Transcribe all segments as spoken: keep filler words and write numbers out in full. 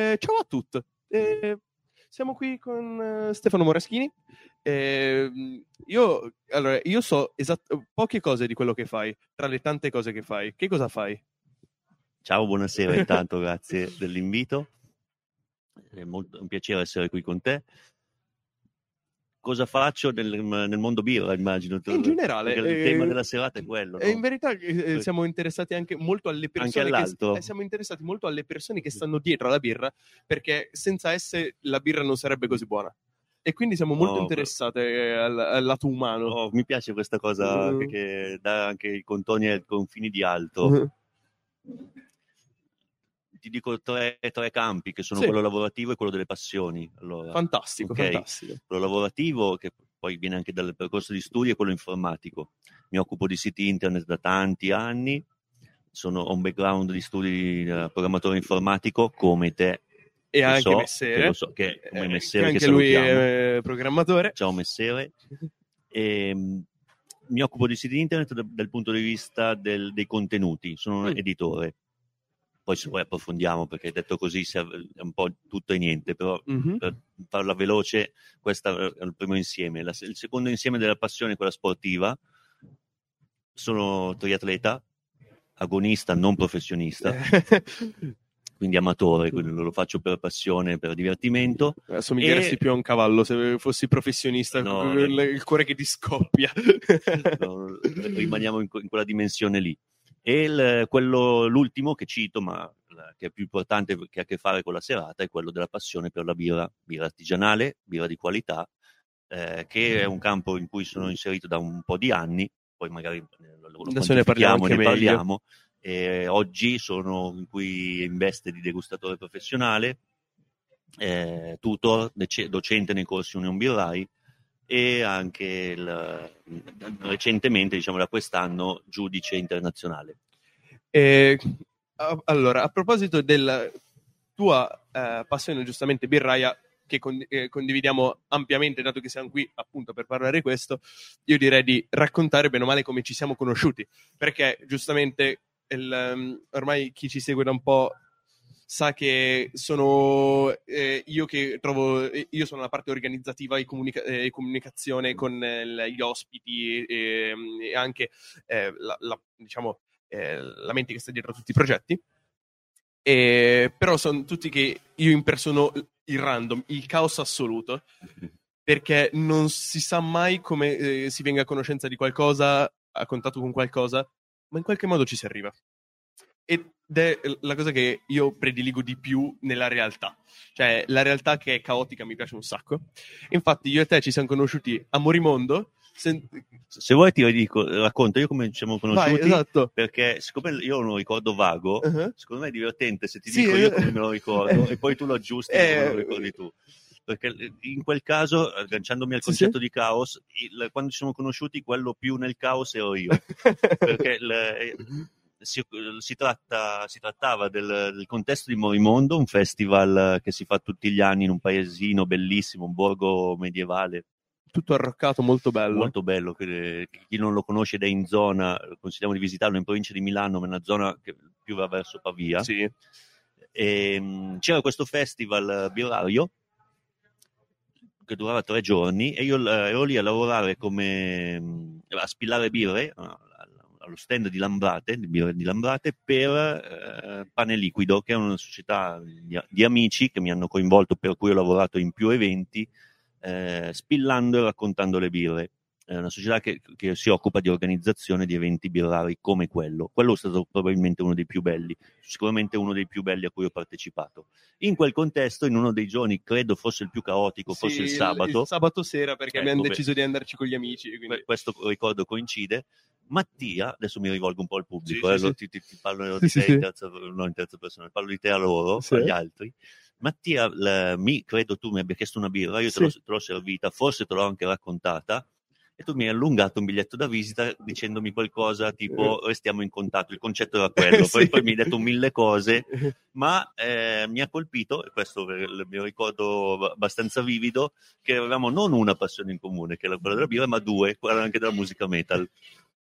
Eh, ciao a tutti. Eh, siamo qui con uh, Stefano Moraschini. Eh, io, allora, io so esatt- poche cose di quello che fai, tra le tante cose che fai. Che cosa fai? Ciao, buonasera, intanto grazie dell'invito. È molto un piacere essere qui con te. Cosa faccio nel, nel mondo birra, immagino. In generale, perché il eh, tema della serata è quello, no? In verità eh, siamo interessati anche molto alle persone anche che eh, siamo interessati molto alle persone che stanno dietro alla birra, perché senza esse la birra non sarebbe così buona. E quindi siamo molto oh, interessati al, al lato umano. Oh, mi piace questa cosa uh. che, che dà anche i contorni ai confini di alto. Uh. Ti dico tre, tre campi, che sono sì. quello lavorativo e quello delle passioni. Allora, fantastico, okay. fantastico. Quello lavorativo, che poi viene anche dal percorso di studio, è quello informatico. Mi occupo di siti internet da tanti anni, sono, ho un background di studi di uh, programmatore informatico come te. E anche so, Messere, che lo so, che come Messere, eh, che anche che lui è programmatore. Ciao Messere. E, mi occupo di siti internet da, dal punto di vista del, dei contenuti, sono un mm. editore. Poi se poi approfondiamo, perché detto così è un po' tutto e niente, però mm-hmm. per farla veloce, questo è il primo insieme. La, il secondo insieme della passione è quella sportiva. Sono triatleta, agonista, non professionista, quindi amatore, quindi lo faccio per passione, per divertimento. Assomiglieresti e... più a un cavallo se fossi professionista, no, il, no. il cuore che ti scoppia. No, rimaniamo in, in quella dimensione lì. E il, quello, l'ultimo che cito, ma che è più importante, che ha a che fare con la serata, è quello della passione per la birra, birra artigianale, birra di qualità, eh, che è un campo in cui sono inserito da un po' di anni, poi magari lo adesso ne parliamo, ne parliamo. E oggi sono in cui in veste di degustatore professionale, eh, tutor, docente nei corsi Union Birrai, e anche il, recentemente, diciamo da quest'anno, giudice internazionale. Eh, allora, a proposito della tua eh, passione giustamente birraia, che con, eh, condividiamo ampiamente, dato che siamo qui appunto per parlare di questo, io direi di raccontare bene o male come ci siamo conosciuti, perché giustamente il, um, ormai chi ci segue da un po' sa che sono eh, io che trovo io sono la parte organizzativa e comunica- eh, comunicazione con eh, gli ospiti e, e anche eh, la, la, diciamo eh, la mente che sta dietro a tutti i progetti, e, però sono tutti che io impersono il random, il caos assoluto, perché non si sa mai come eh, si venga a conoscenza di qualcosa, a contatto con qualcosa, ma in qualche modo ci si arriva. Ed è la cosa che io prediligo di più nella realtà. Cioè, la realtà che è caotica mi piace un sacco. Infatti io e te ci siamo conosciuti a Morimondo. Se, se vuoi ti dico, racconto io come ci siamo conosciuti. Vai, esatto. Perché siccome io ho un ricordo vago, uh-huh. secondo me è divertente se ti sì, dico eh, io come me lo ricordo eh, e poi tu lo aggiusti eh, come lo ricordi tu. Perché in quel caso, agganciandomi al concetto sì, sì. di caos, il, quando ci siamo conosciuti quello più nel caos ero io. Perché il, Si, si, tratta, si trattava del, del contesto di Morimondo, un festival che si fa tutti gli anni in un paesino bellissimo, un borgo medievale. Tutto arroccato, molto bello. Molto bello, che, chi non lo conosce ed è in zona, consigliamo di visitarlo, in provincia di Milano, ma è una zona che più va verso Pavia. Sì. E, c'era questo festival birrario che durava tre giorni e io ero lì a lavorare come a spillare birre allo stand di Lambrate, di birre di Lambrate, per eh, Pane Liquido, che è una società di, di amici che mi hanno coinvolto, per cui ho lavorato in più eventi, eh, spillando e raccontando le birre. È una società che, che si occupa di organizzazione di eventi birrari come quello. Quello è stato probabilmente uno dei più belli, sicuramente uno dei più belli a cui ho partecipato. In quel contesto, in uno dei giorni, credo fosse il più caotico, sì, fosse il sabato. Il sabato sera, perché ecco, abbiamo deciso beh, di andarci con gli amici. Quindi... Questo ricordo coincide. Mattia, adesso mi rivolgo un po' al pubblico, sì, eh, sì, lo, sì. Ti, ti, ti parlo sì, di sì, te sì. in terza, no, in terza persona, parlo di te a loro, sì. agli altri. Mattia, la, mi, credo tu mi abbia chiesto una birra, io te, sì. l'ho, te l'ho servita, forse te l'ho anche raccontata, e tu mi hai allungato un biglietto da visita dicendomi qualcosa tipo restiamo in contatto, il concetto era quello, sì. poi, poi mi hai detto mille cose, ma eh, mi ha colpito, e questo è il mio ricordo abbastanza vivido, che avevamo non una passione in comune, che era quella della birra, ma due, quella anche della musica metal.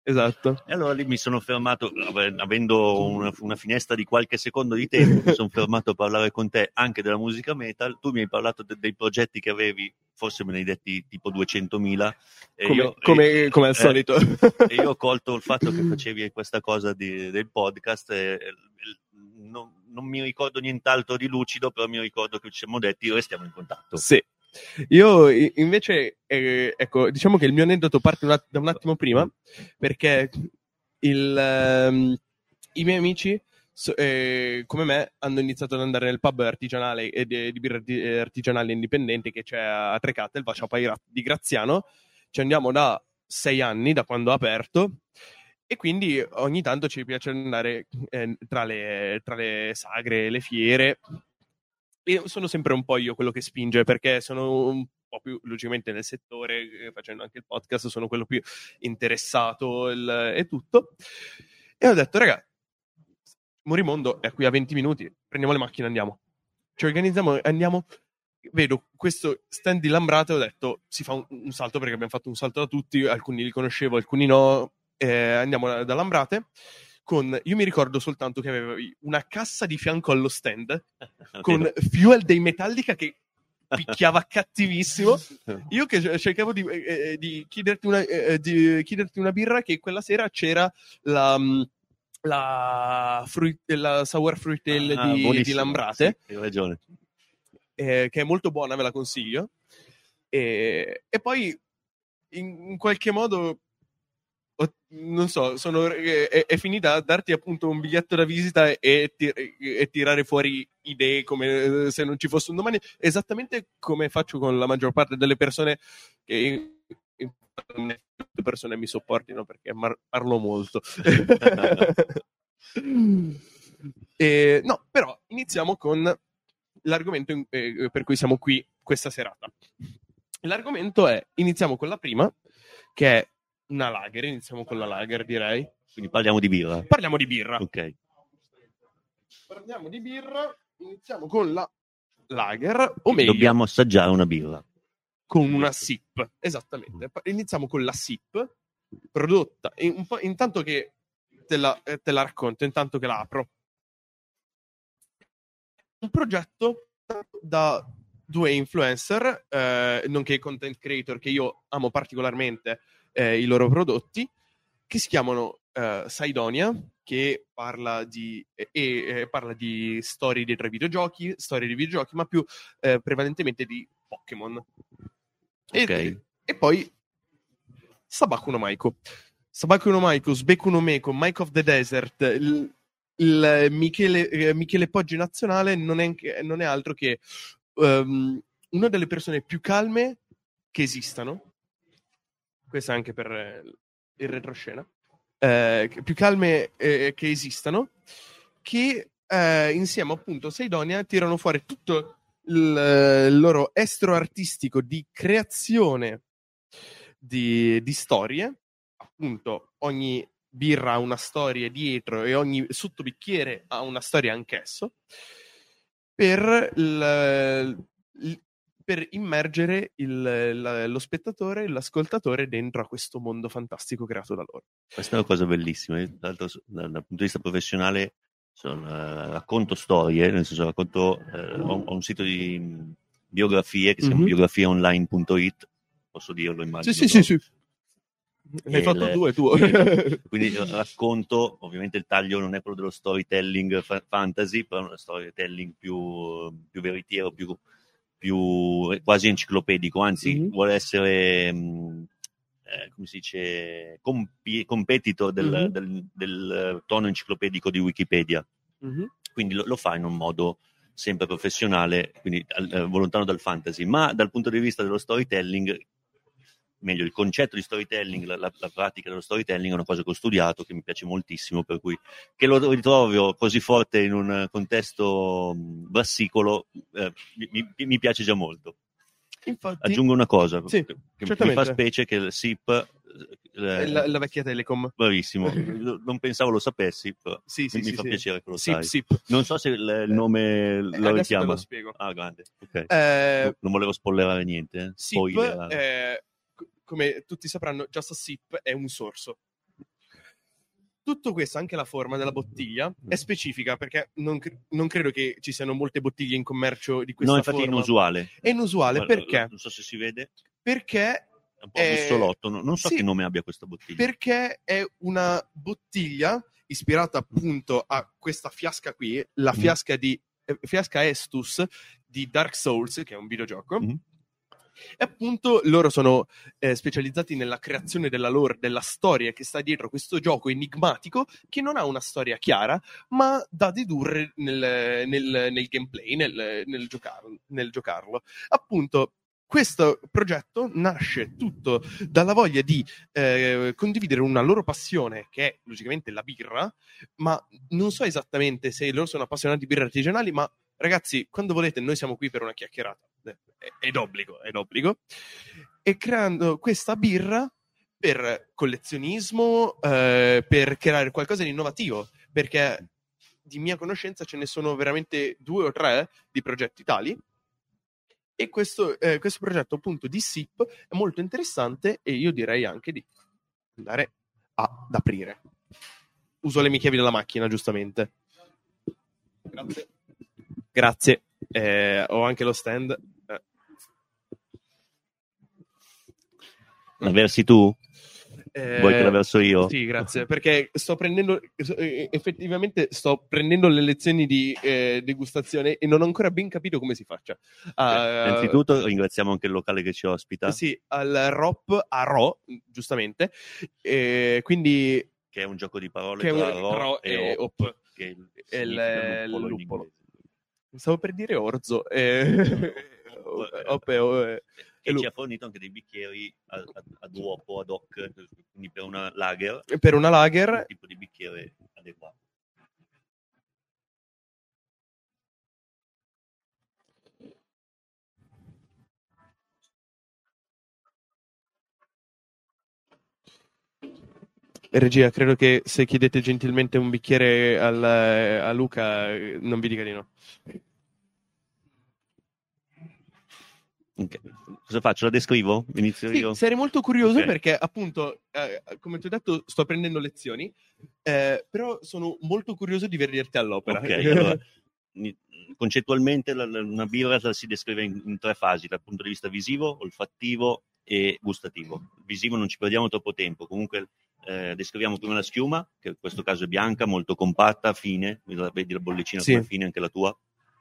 Esatto. E allora lì mi sono fermato, avendo una, una finestra di qualche secondo di tempo, mi sono fermato a parlare con te anche della musica metal. Tu mi hai parlato de- dei progetti che avevi, forse me ne hai detti tipo duecentomila. E Come, io, come, e, come al eh, solito. E io ho colto il fatto che facevi questa cosa di, del podcast e, e, non, non mi ricordo nient'altro di lucido, però mi ricordo che ci siamo detti e stiamo in contatto. Sì. Io invece, eh, ecco, diciamo che il mio aneddoto parte una, da un attimo prima, perché il, ehm, i miei amici, so, eh, come me, hanno iniziato ad andare nel pub artigianale e di, di birra arti- artigianale indipendente che c'è a Trecate, il Vaciapai di Graziano. Ci andiamo da sei anni, da quando ha aperto, e quindi ogni tanto ci piace andare eh, tra, le, tra le sagre, le fiere. E sono sempre un po' io quello che spinge, perché sono un po' più logicamente nel settore, eh, facendo anche il podcast, sono quello più interessato il, e tutto. E ho detto, raga, Morimondo è qui a venti minuti, prendiamo le macchine e andiamo. Ci organizziamo e andiamo. Vedo questo stand di Lambrate, ho detto, si fa un, un salto, perché abbiamo fatto un salto da tutti, alcuni li conoscevo, alcuni no. Eh, andiamo da, da Lambrate. Con, io mi ricordo soltanto che avevi una cassa di fianco allo stand con Fuel dei Metallica che picchiava cattivissimo. Io che cercavo di, eh, di, chiederti una, eh, di chiederti una birra, che quella sera c'era la, la, fruit, la Sour Fruit Ale ah, di, di Lambrate. Sì, hai ragione. Eh, che è molto buona, ve la consiglio. E, e poi in, in qualche modo non so, sono, è, è finita a darti appunto un biglietto da visita e, tir- e tirare fuori idee come se non ci fosse un domani, esattamente come faccio con la maggior parte delle persone che le persone mi sopportino, perché mar- parlo molto. E, no, però iniziamo con l'argomento in, eh, per cui siamo qui questa serata. L'argomento è, iniziamo con la prima, che è una lager, iniziamo con la lager, direi. Quindi parliamo di birra. Parliamo di birra. Ok. Parliamo di birra, iniziamo con la lager, o meglio, dobbiamo assaggiare una birra. Con una S I P, esattamente. Iniziamo con la S I P, prodotta, un po', intanto che te la, te la racconto, intanto che la apro. Un progetto da due influencer, eh, nonché content creator, che io amo particolarmente eh, i loro prodotti, che si chiamano eh, Sidonia, che parla di, eh, eh, parla di storie dietro ai videogiochi, storie di videogiochi, ma più eh, prevalentemente di Pokémon. Okay. E, e poi Sabaku no Maiko. Sabaku no Maiko, Sbeku no Meiko, Mike of the Desert, il, il Michele, eh, Michele Poggi nazionale non è, non è altro che um, una delle persone più calme che esistano. Questa anche per eh, il retroscena. Eh, più calme eh, che esistano, che eh, insieme appunto a Sidonia tirano fuori tutto il, il loro estro artistico di creazione di, di storie. Appunto, ogni birra ha una storia dietro e ogni sottobicchiere ha una storia anch'esso, per il, il per immergere il, la, lo spettatore, l'ascoltatore dentro a questo mondo fantastico creato da loro. Questa è una cosa bellissima. Io, tra l'altro, dal, dal punto di vista professionale sono, uh, racconto storie, nel senso racconto, uh, ho, ho un sito di biografie che si chiama mm-hmm. biografia online punto it, posso dirlo, immagino. Sì, sì, sì, sì. L'hai fatto tu, è tuo. Quindi racconto, ovviamente il taglio non è quello dello storytelling fa- fantasy, però è uno storytelling più, più veritiero, più, più quasi enciclopedico, anzi mm-hmm. vuole essere, mh, eh, come si dice, compi- competitor del, mm-hmm. del, del tono enciclopedico di Wikipedia. Mm-hmm. Quindi lo, lo fa in un modo sempre professionale, quindi eh, lontano dal fantasy, ma dal punto di vista dello storytelling, meglio il concetto di storytelling, la, la, la pratica dello storytelling è una cosa che ho studiato, che mi piace moltissimo, per cui che lo ritrovo così forte in un contesto brassicolo eh, mi, mi piace già molto. Infatti, aggiungo una cosa, sì, che, che mi fa specie, che il S I P eh, la, la vecchia Telecom, bravissimo, non pensavo lo sapessi, però sì, sì, mi, sì, mi fa sì. piacere che lo S I P, sai. S I P. Non so se il, il nome lo adesso richiama. te lo spiego. Ah, grande, ok. Eh, non volevo spoilerare niente. Eh. S I P, eh, come tutti sapranno, Just a Sip è un sorso. tutto questo, anche la forma della bottiglia, è specifica, perché non, cre- non credo che ci siano molte bottiglie in commercio di questa No, infatti forma. è inusuale. È inusuale. Guarda, perché? Non so se si vede. Perché È un po' è... bussolotto, no? Non so sì, che nome abbia questa bottiglia. Perché è una bottiglia ispirata appunto a questa fiasca qui, la Mm. fiasca di eh, fiasca Estus di Dark Souls, che è un videogioco. Mm. E appunto loro sono eh, specializzati nella creazione della lore, della storia che sta dietro questo gioco enigmatico, che non ha una storia chiara, ma da dedurre nel, nel, nel gameplay, nel, nel, giocarlo, nel giocarlo. Appunto, questo progetto nasce tutto dalla voglia di eh, condividere una loro passione, che è logicamente la birra, ma non so esattamente se loro sono appassionati di birre artigianali, ma ragazzi, quando volete, noi siamo qui per una chiacchierata. È, è d'obbligo, è d'obbligo. E creando questa birra per collezionismo, eh, per creare qualcosa di innovativo, perché di mia conoscenza ce ne sono veramente due o tre di progetti tali. E questo, eh, questo progetto appunto di S I P è molto interessante e io direi anche di andare ad aprire. Uso le mie chiavi della macchina, giustamente. Grazie. Grazie. Eh, ho anche lo stand. Eh. La versi tu? Eh, Vuoi che la verso io? Sì, grazie, perché sto prendendo, eh, effettivamente sto prendendo le lezioni di eh, degustazione e non ho ancora ben capito come si faccia. Uh, Innanzitutto ringraziamo anche il locale che ci ospita. Sì, al R O P a Ro, giustamente, e quindi... Che è un gioco di parole che tra un, Ro, Ro e, e Op, Op. che è il, è il, il luppolo, luppolo. in inglese. Stavo per dire orzo. Eh, Op, Op, e, o, che ci ha fornito anche dei bicchieri a, a, ad uopo, ad hoc, quindi per una lager. Per una lager. Un tipo di bicchiere adeguato. Regia, credo che se chiedete gentilmente un bicchiere al, a Luca non vi dica di no. Okay. Cosa faccio? La descrivo? Inizio sì, io? Sarei molto curioso okay. perché appunto, eh, come ti ho detto, sto prendendo lezioni, eh, però sono molto curioso di vederti all'opera. Ok, allora, concettualmente la, la, una birra la si descrive in, in tre fasi, dal punto di vista visivo, olfattivo e gustativo. Visivo non ci perdiamo troppo tempo, comunque eh, descriviamo prima la schiuma, che in questo caso è bianca, molto compatta, fine, vedi la bollicina sì. come fine, anche la tua.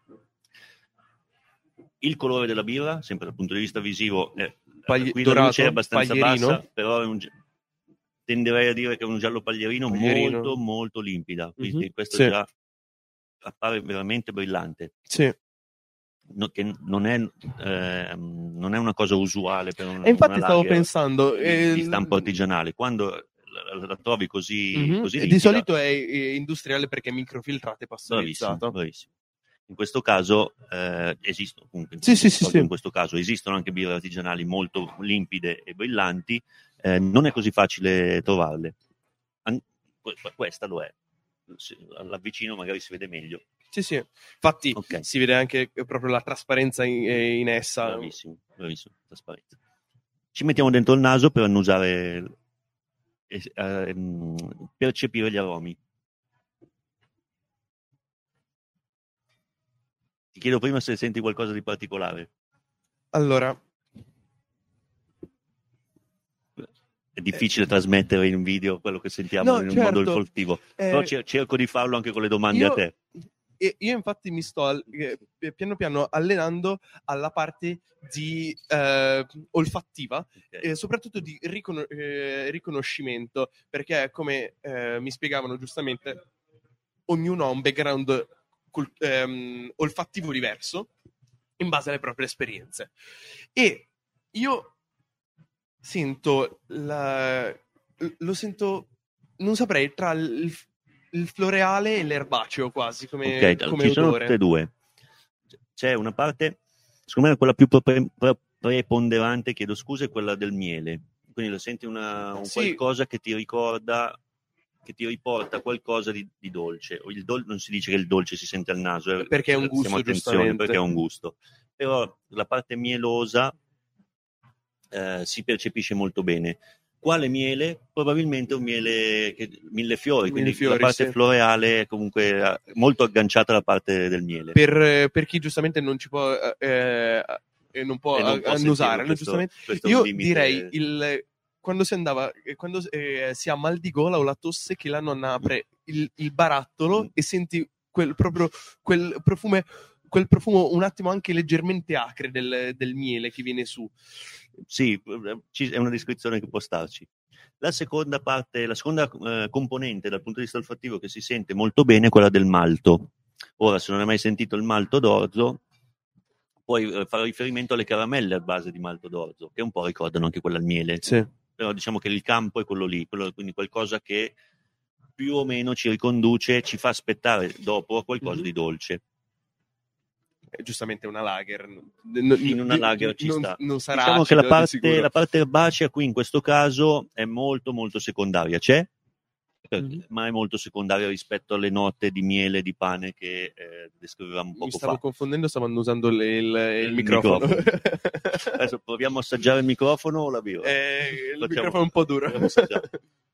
Il colore della birra, sempre dal punto di vista visivo, è, Pagli- qui dorato, la luce è abbastanza paglierino. bassa, però è un, tenderei a dire che è un giallo paglierino, paglierino. molto molto limpida, quindi mm-hmm. questo sì. già appare veramente brillante. Sì. No, che non è, eh, non è una cosa usuale per un, e infatti una stavo lager pensando di, eh, di stampo artigianale, quando la, la trovi così, mm-hmm. così di limpida, solito è, è industriale perché è microfiltrata e bravissimo, pastorizzata. bravissimo. In questo caso eh, esistono comunque, sì, sì, sì, sì. in questo caso esistono anche birre artigianali molto limpide e brillanti, eh, non è così facile trovarle. An- questa lo è, all'avvicino magari si vede meglio. Sì, sì, infatti okay. Si vede anche proprio la trasparenza in, in essa. Bravissimo, bravissimo, trasparenza. Ci mettiamo dentro il naso per annusare, eh, eh, percepire gli aromi. Ti chiedo prima se senti qualcosa di particolare. Allora, è difficile eh, trasmettere in video quello che sentiamo no, in certo, un modo olfattivo, eh, però cerco di farlo anche con le domande io, a te. Io infatti mi sto al, eh, piano piano allenando alla parte di eh, olfattiva, okay. E soprattutto di ricon- eh, riconoscimento, perché come eh, mi spiegavano giustamente, ognuno ha un background cult- ehm, olfattivo diverso in base alle proprie esperienze. E io sento la, lo sento, non saprei, tra il, il floreale e l'erbaceo quasi come, ok, come ci sono odore. tutte e due. C'è una parte, secondo me quella più pre- pre- preponderante, chiedo scusa, è quella del miele. Quindi lo senti una, un sì. qualcosa che ti ricorda, che ti riporta qualcosa di, di dolce. O il dol- non si dice che il dolce si sente al naso, eh, perché è un gusto, giustamente. Perché è un gusto. Però la parte mielosa eh, si percepisce molto bene. Quale miele? Probabilmente un miele che, millefiori, quindi Millefiori, la parte sì. floreale è comunque molto agganciata alla parte del miele. Per, per chi giustamente non ci può eh, eh, non può E non può annusare, sentirlo, no? questo- Giustamente. questo è un Io limite. direi il quando si andava eh, quando eh, si ha mal di gola o la tosse, che la nonna apre il, il barattolo Mm. e senti quel proprio quel profumo quel profumo un attimo anche leggermente acre del, del miele che viene su. Sì, ci- è una descrizione che può starci. La seconda parte, la seconda eh, componente dal punto di vista olfattivo che si sente molto bene è quella del malto. Ora, se non hai mai sentito il malto d'orzo, puoi eh, fare riferimento alle caramelle a base di malto d'orzo, che un po' ricordano anche quella al miele. Sì. Però diciamo che il campo è quello lì, quello- quindi qualcosa che più o meno ci riconduce, ci fa aspettare dopo a qualcosa Mhm. di dolce. È giustamente una lager. N- n- In una di- lager ci non, sta. non sarà Diciamo che la acido, di parte, sicuro. la parte erbacea qui in questo caso è molto molto secondaria, c'è, Mhm. ma è molto secondaria rispetto alle note di miele di pane che eh, descrivevamo Mi poco stavo fa. confondendo, stavo annusando le- il, il Il microfono. microfono. Adesso proviamo a assaggiare il microfono o la birra? Eh, il Facciamo- microfono è un po' duro. proviamo a assaggiare.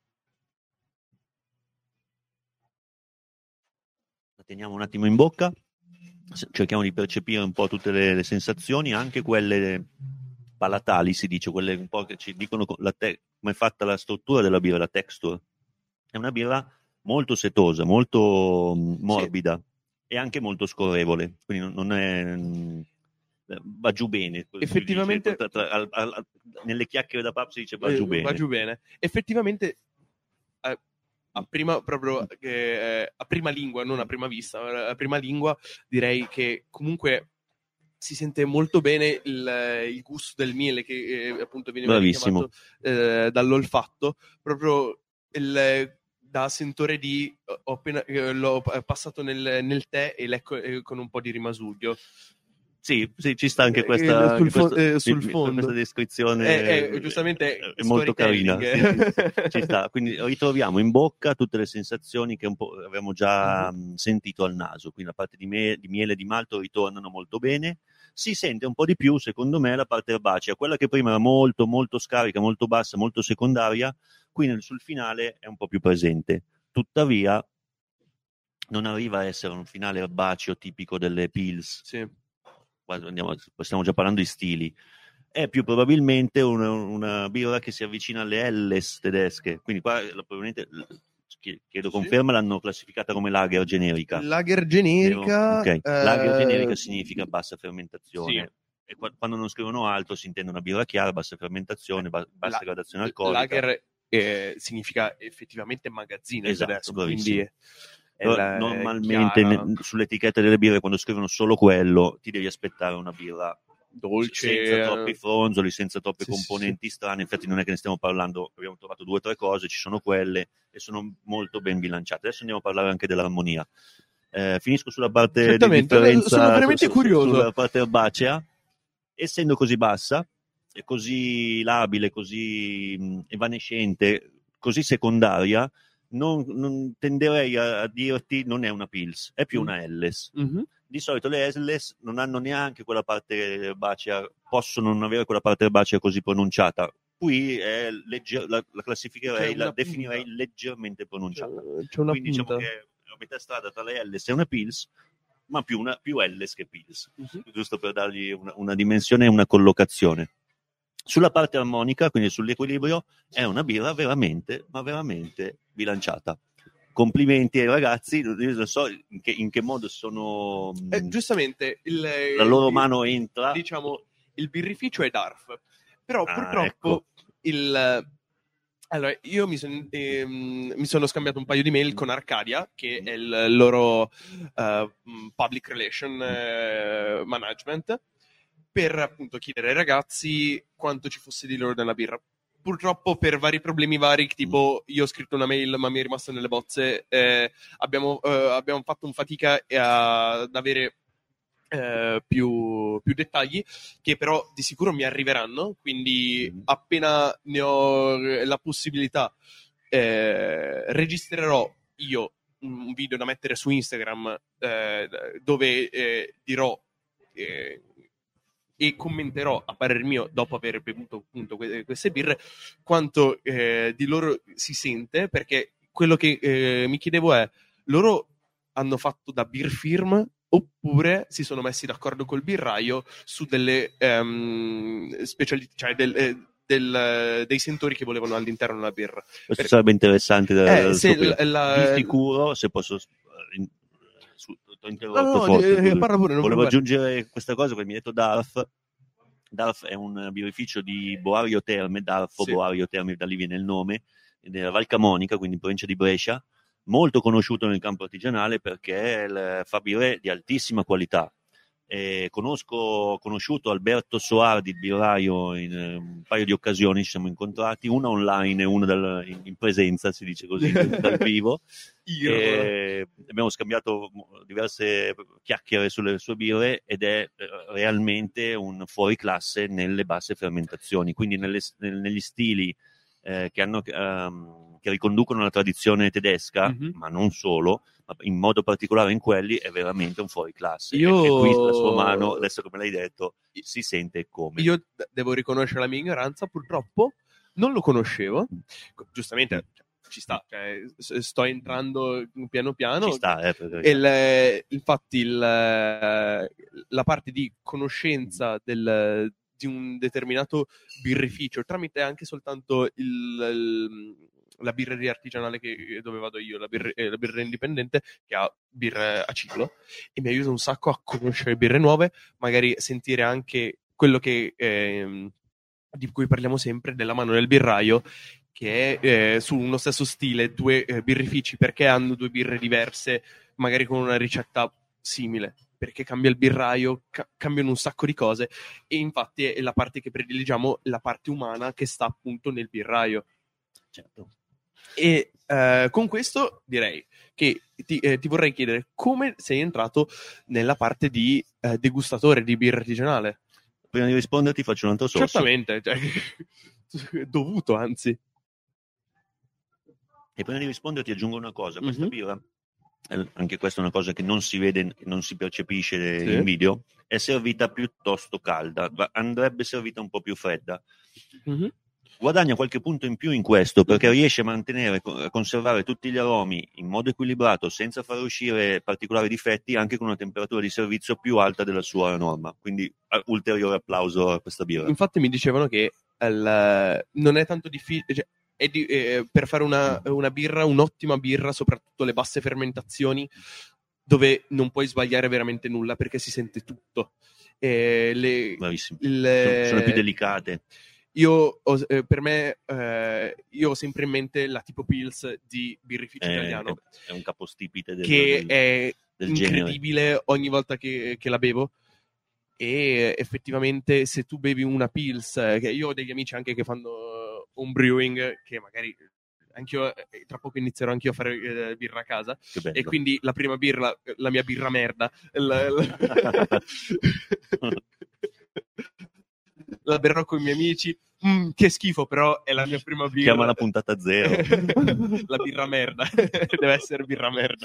La teniamo un attimo in bocca, cerchiamo di percepire un po' tutte le, le sensazioni, anche quelle palatali, si dice, quelle un po' che ci dicono la te- come è fatta la struttura della birra, la texture. È una birra molto setosa, molto mh, morbida e anche molto scorrevole, quindi non, non è mh, va giù bene. Effettivamente, Tra- tra- al- al- nelle chiacchiere da pub si dice va eh, giù bene. va giù bene. Effettivamente, eh, a prima, proprio, eh, a prima lingua, non a prima vista, a prima lingua direi che comunque si sente molto bene il, il gusto del miele che eh, appunto viene Bravissimo. richiamato eh, dall'olfatto, proprio il, da sentore di ho appena, eh, l'ho passato nel, nel tè e lecco eh, con un po' di rimasuglio. Sì, sì, ci sta anche Eh, questa, sul anche fo- questo- eh, sul mi- mi- fondo. questa descrizione Eh, eh, giustamente è molto carina. storytelling. Sì, sì, sì, ci sta. Quindi ritroviamo in bocca tutte le sensazioni che un po' avevamo già Mhm. mh, sentito al naso, quindi la parte di, me- di miele e di malto ritornano molto bene. Si sente un po' di più, secondo me, la parte erbacea, quella che prima era molto, molto scarica, molto bassa, molto secondaria, qui nel- sul finale è un po' più presente. Tuttavia, non arriva a essere un finale erbaceo tipico delle Pils. Sì. Quando andiamo, stiamo già parlando di stili. È più probabilmente una, una birra che si avvicina alle Helles tedesche. Quindi qua probabilmente, chiedo Sì. conferma, l'hanno classificata come lager generica. Lager generica. Ok. eh, Lager generica significa bassa fermentazione. sì. E qua- quando non scrivono altro si intende una birra chiara, bassa fermentazione, ba- bassa La- gradazione alcolica. Lager eh, significa effettivamente magazzino in Esatto, tedesco, bravissimo. quindi è Però la- normalmente chiara, ne- sulle etichette delle birre, quando scrivono solo quello, ti devi aspettare una birra dolce, senza troppi fronzoli, senza troppe sì, sì, componenti strane. Infatti non è che ne stiamo parlando, abbiamo trovato due o tre cose, ci sono quelle e sono molto ben bilanciate. Adesso andiamo a parlare anche dell'armonia. Eh, finisco sulla parte certamente, di differenza, sono veramente su- su- curioso. sulla parte erbacea. Essendo così bassa, e così labile, così mh, evanescente, così secondaria, non, non tenderei a, a dirti non è una Pils, è più Mm. una Helles. Mhm. Di solito le Helles non hanno neanche quella parte erbacea, possono non avere quella parte erbacea così pronunciata. Qui è legger- la, la classificherei, C'è la una definirei punta. leggermente pronunciata. C'è, c'è una Quindi punta. diciamo che è a metà strada tra le Helles e una Pils, ma più, una, più Helles che Pils, Mhm. giusto per dargli una, una dimensione e una collocazione. Sulla parte armonica, quindi sull'equilibrio, è una birra veramente, ma veramente bilanciata. Complimenti ai ragazzi, io non so in che, in che modo sono... Eh, giustamente, il, la loro il- mano entra... diciamo, il birrificio è Darf, però Ah, purtroppo ecco. il... Allora, io mi, son- ehm, mi sono scambiato un paio di mail con Arcadia, che è il loro eh, public relation eh, management, per appunto chiedere ai ragazzi quanto ci fosse di loro nella birra. Purtroppo per vari problemi vari, tipo io ho scritto una mail ma mi è rimasta nelle bozze, eh, abbiamo, eh, abbiamo fatto un fatica a- ad avere eh, più, più dettagli, che però di sicuro mi arriveranno, quindi Mm. appena ne ho la possibilità eh, registrerò io un video da mettere su Instagram eh, dove eh, dirò eh, e commenterò a parer mio dopo aver bevuto appunto que- queste birre quanto eh, di loro si sente, perché quello che eh, mi chiedevo è: loro hanno fatto da beer firm oppure si sono messi d'accordo col birraio su delle um, specialità, cioè del, eh, del, dei sentori che volevano all'interno della birra. Questo per... sarebbe interessante da, eh, se da la, di sicuro, se posso in, su, t'ho interrotto no, no, forse, eh, parla pure, non volevo pure. aggiungere questa cosa che mi ha detto Darf. Darf è un birrificio di Boario Terme, Darfo sì. Boario Terme, da lì viene il nome, della Val Camonica, quindi in provincia di Brescia, molto conosciuto nel campo artigianale perché il, fa birre di altissima qualità. E conosco, ho conosciuto Alberto Soardi, il birraio, in un paio di occasioni ci siamo incontrati, una online e una dal, in, in presenza, si dice così, dal vivo. E abbiamo scambiato diverse chiacchiere sulle sue birre ed è realmente un fuoriclasse nelle basse fermentazioni, quindi nelle, negli stili eh, che hanno... Um, che riconducono la tradizione tedesca, mm-hmm. ma non solo, ma in modo particolare in quelli è veramente un fuoriclasse. Io... E, e qui la sua mano, adesso come l'hai detto, si sente come. Io devo riconoscere la mia ignoranza, purtroppo non lo conoscevo, giustamente ci sta, cioè, sto entrando piano piano. Ci sta, eh, perché... il, infatti il, la parte di conoscenza del, di un determinato birrificio tramite anche soltanto il, il la birreria artigianale che, dove vado io, la, birre, la birreria indipendente che ha birre a ciclo, e mi aiuta un sacco a conoscere birre nuove, magari sentire anche quello che eh, di cui parliamo sempre, della mano del birraio, che è eh, su uno stesso stile, due eh, birrifici, perché hanno due birre diverse, magari con una ricetta simile, perché cambia il birraio, ca- cambiano un sacco di cose, e infatti è la parte che prediligiamo, la parte umana che sta appunto nel birraio. Certo. E eh, con questo direi che ti, eh, ti vorrei chiedere come sei entrato nella parte di eh, degustatore di birra artigianale. Prima di risponderti faccio un altro sorso. Certamente, cioè, dovuto anzi. E prima di risponderti aggiungo una cosa, questa mm-hmm. birra, anche questa è una cosa che non si vede, non si percepisce sì. in video, è servita piuttosto calda, andrebbe servita un po' più fredda. Mm-hmm. Guadagna qualche punto in più in questo perché riesce a mantenere, a conservare tutti gli aromi in modo equilibrato senza far uscire particolari difetti, anche con una temperatura di servizio più alta della sua norma. Quindi ulteriore applauso a questa birra. Infatti mi dicevano che il, non è tanto difficile, cioè, è di, eh, per fare una, una birra, un'ottima birra, soprattutto le basse fermentazioni, dove non puoi sbagliare veramente nulla perché si sente tutto. Eh, le, Bravissimo. Le... Sono, sono più delicate. Io ho, eh, per me eh, io ho sempre in mente la tipo Pils di birrificio eh, italiano, è un capostipite del, che del, è del incredibile genere. Ogni volta che, che la bevo, e effettivamente se tu bevi una Pils, che io ho degli amici anche che fanno un brewing, che magari anch'io tra poco inizierò anch'io a fare eh, birra a casa, e quindi la prima birra, la mia birra merda la, la... la berrò con i miei amici. Mm, che schifo, però è la mia prima birra. Chiama la puntata zero. La birra merda. Deve essere birra merda.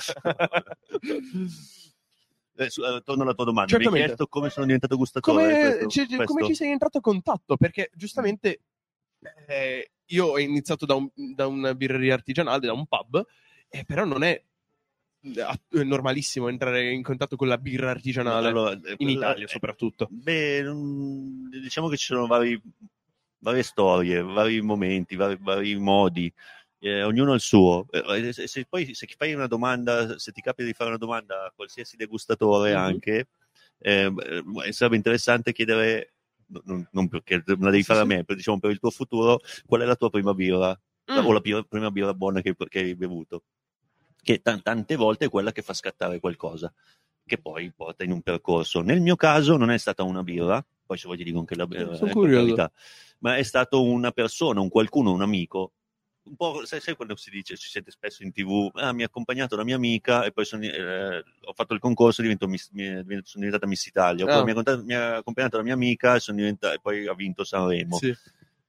Eh, torno alla tua domanda. Certamente. Mi hai chiesto come sono diventato gustatore. Come, questo, ci, questo... come ci sei entrato a contatto? Perché giustamente eh, io ho iniziato da, un, da una birreria artigianale, da un pub, eh, però non è normalissimo entrare in contatto con la birra artigianale, allora, in Italia soprattutto. Beh, diciamo che ci sono vari, varie storie, vari momenti, vari, vari modi, eh, ognuno ha il suo. Eh, se, se poi se fai una domanda, se ti capita di fare una domanda a qualsiasi degustatore mm-hmm. anche, eh, sarebbe interessante chiedere, non, non perché me la devi fare sì, a me, sì. diciamo per il tuo futuro, qual è la tua prima birra mm. o la prima, prima birra buona che, che hai bevuto? Che t- tante volte è quella che fa scattare qualcosa, che poi porta in un percorso. Nel mio caso non è stata una birra, poi se vuoi ti dico anche la birra, sono eh, curioso. Ma è stato una persona, un qualcuno, un amico, un po', sai, sai quando si dice, si sente spesso in tv, ah, mi ha accompagnato la mia amica e poi sono, eh, ho fatto il concorso, divento miss, mi, sono diventata Miss Italia, oh. poi mi ha, mi ha accompagnato la mia amica e, sono diventata, e poi ha vinto Sanremo. Sì.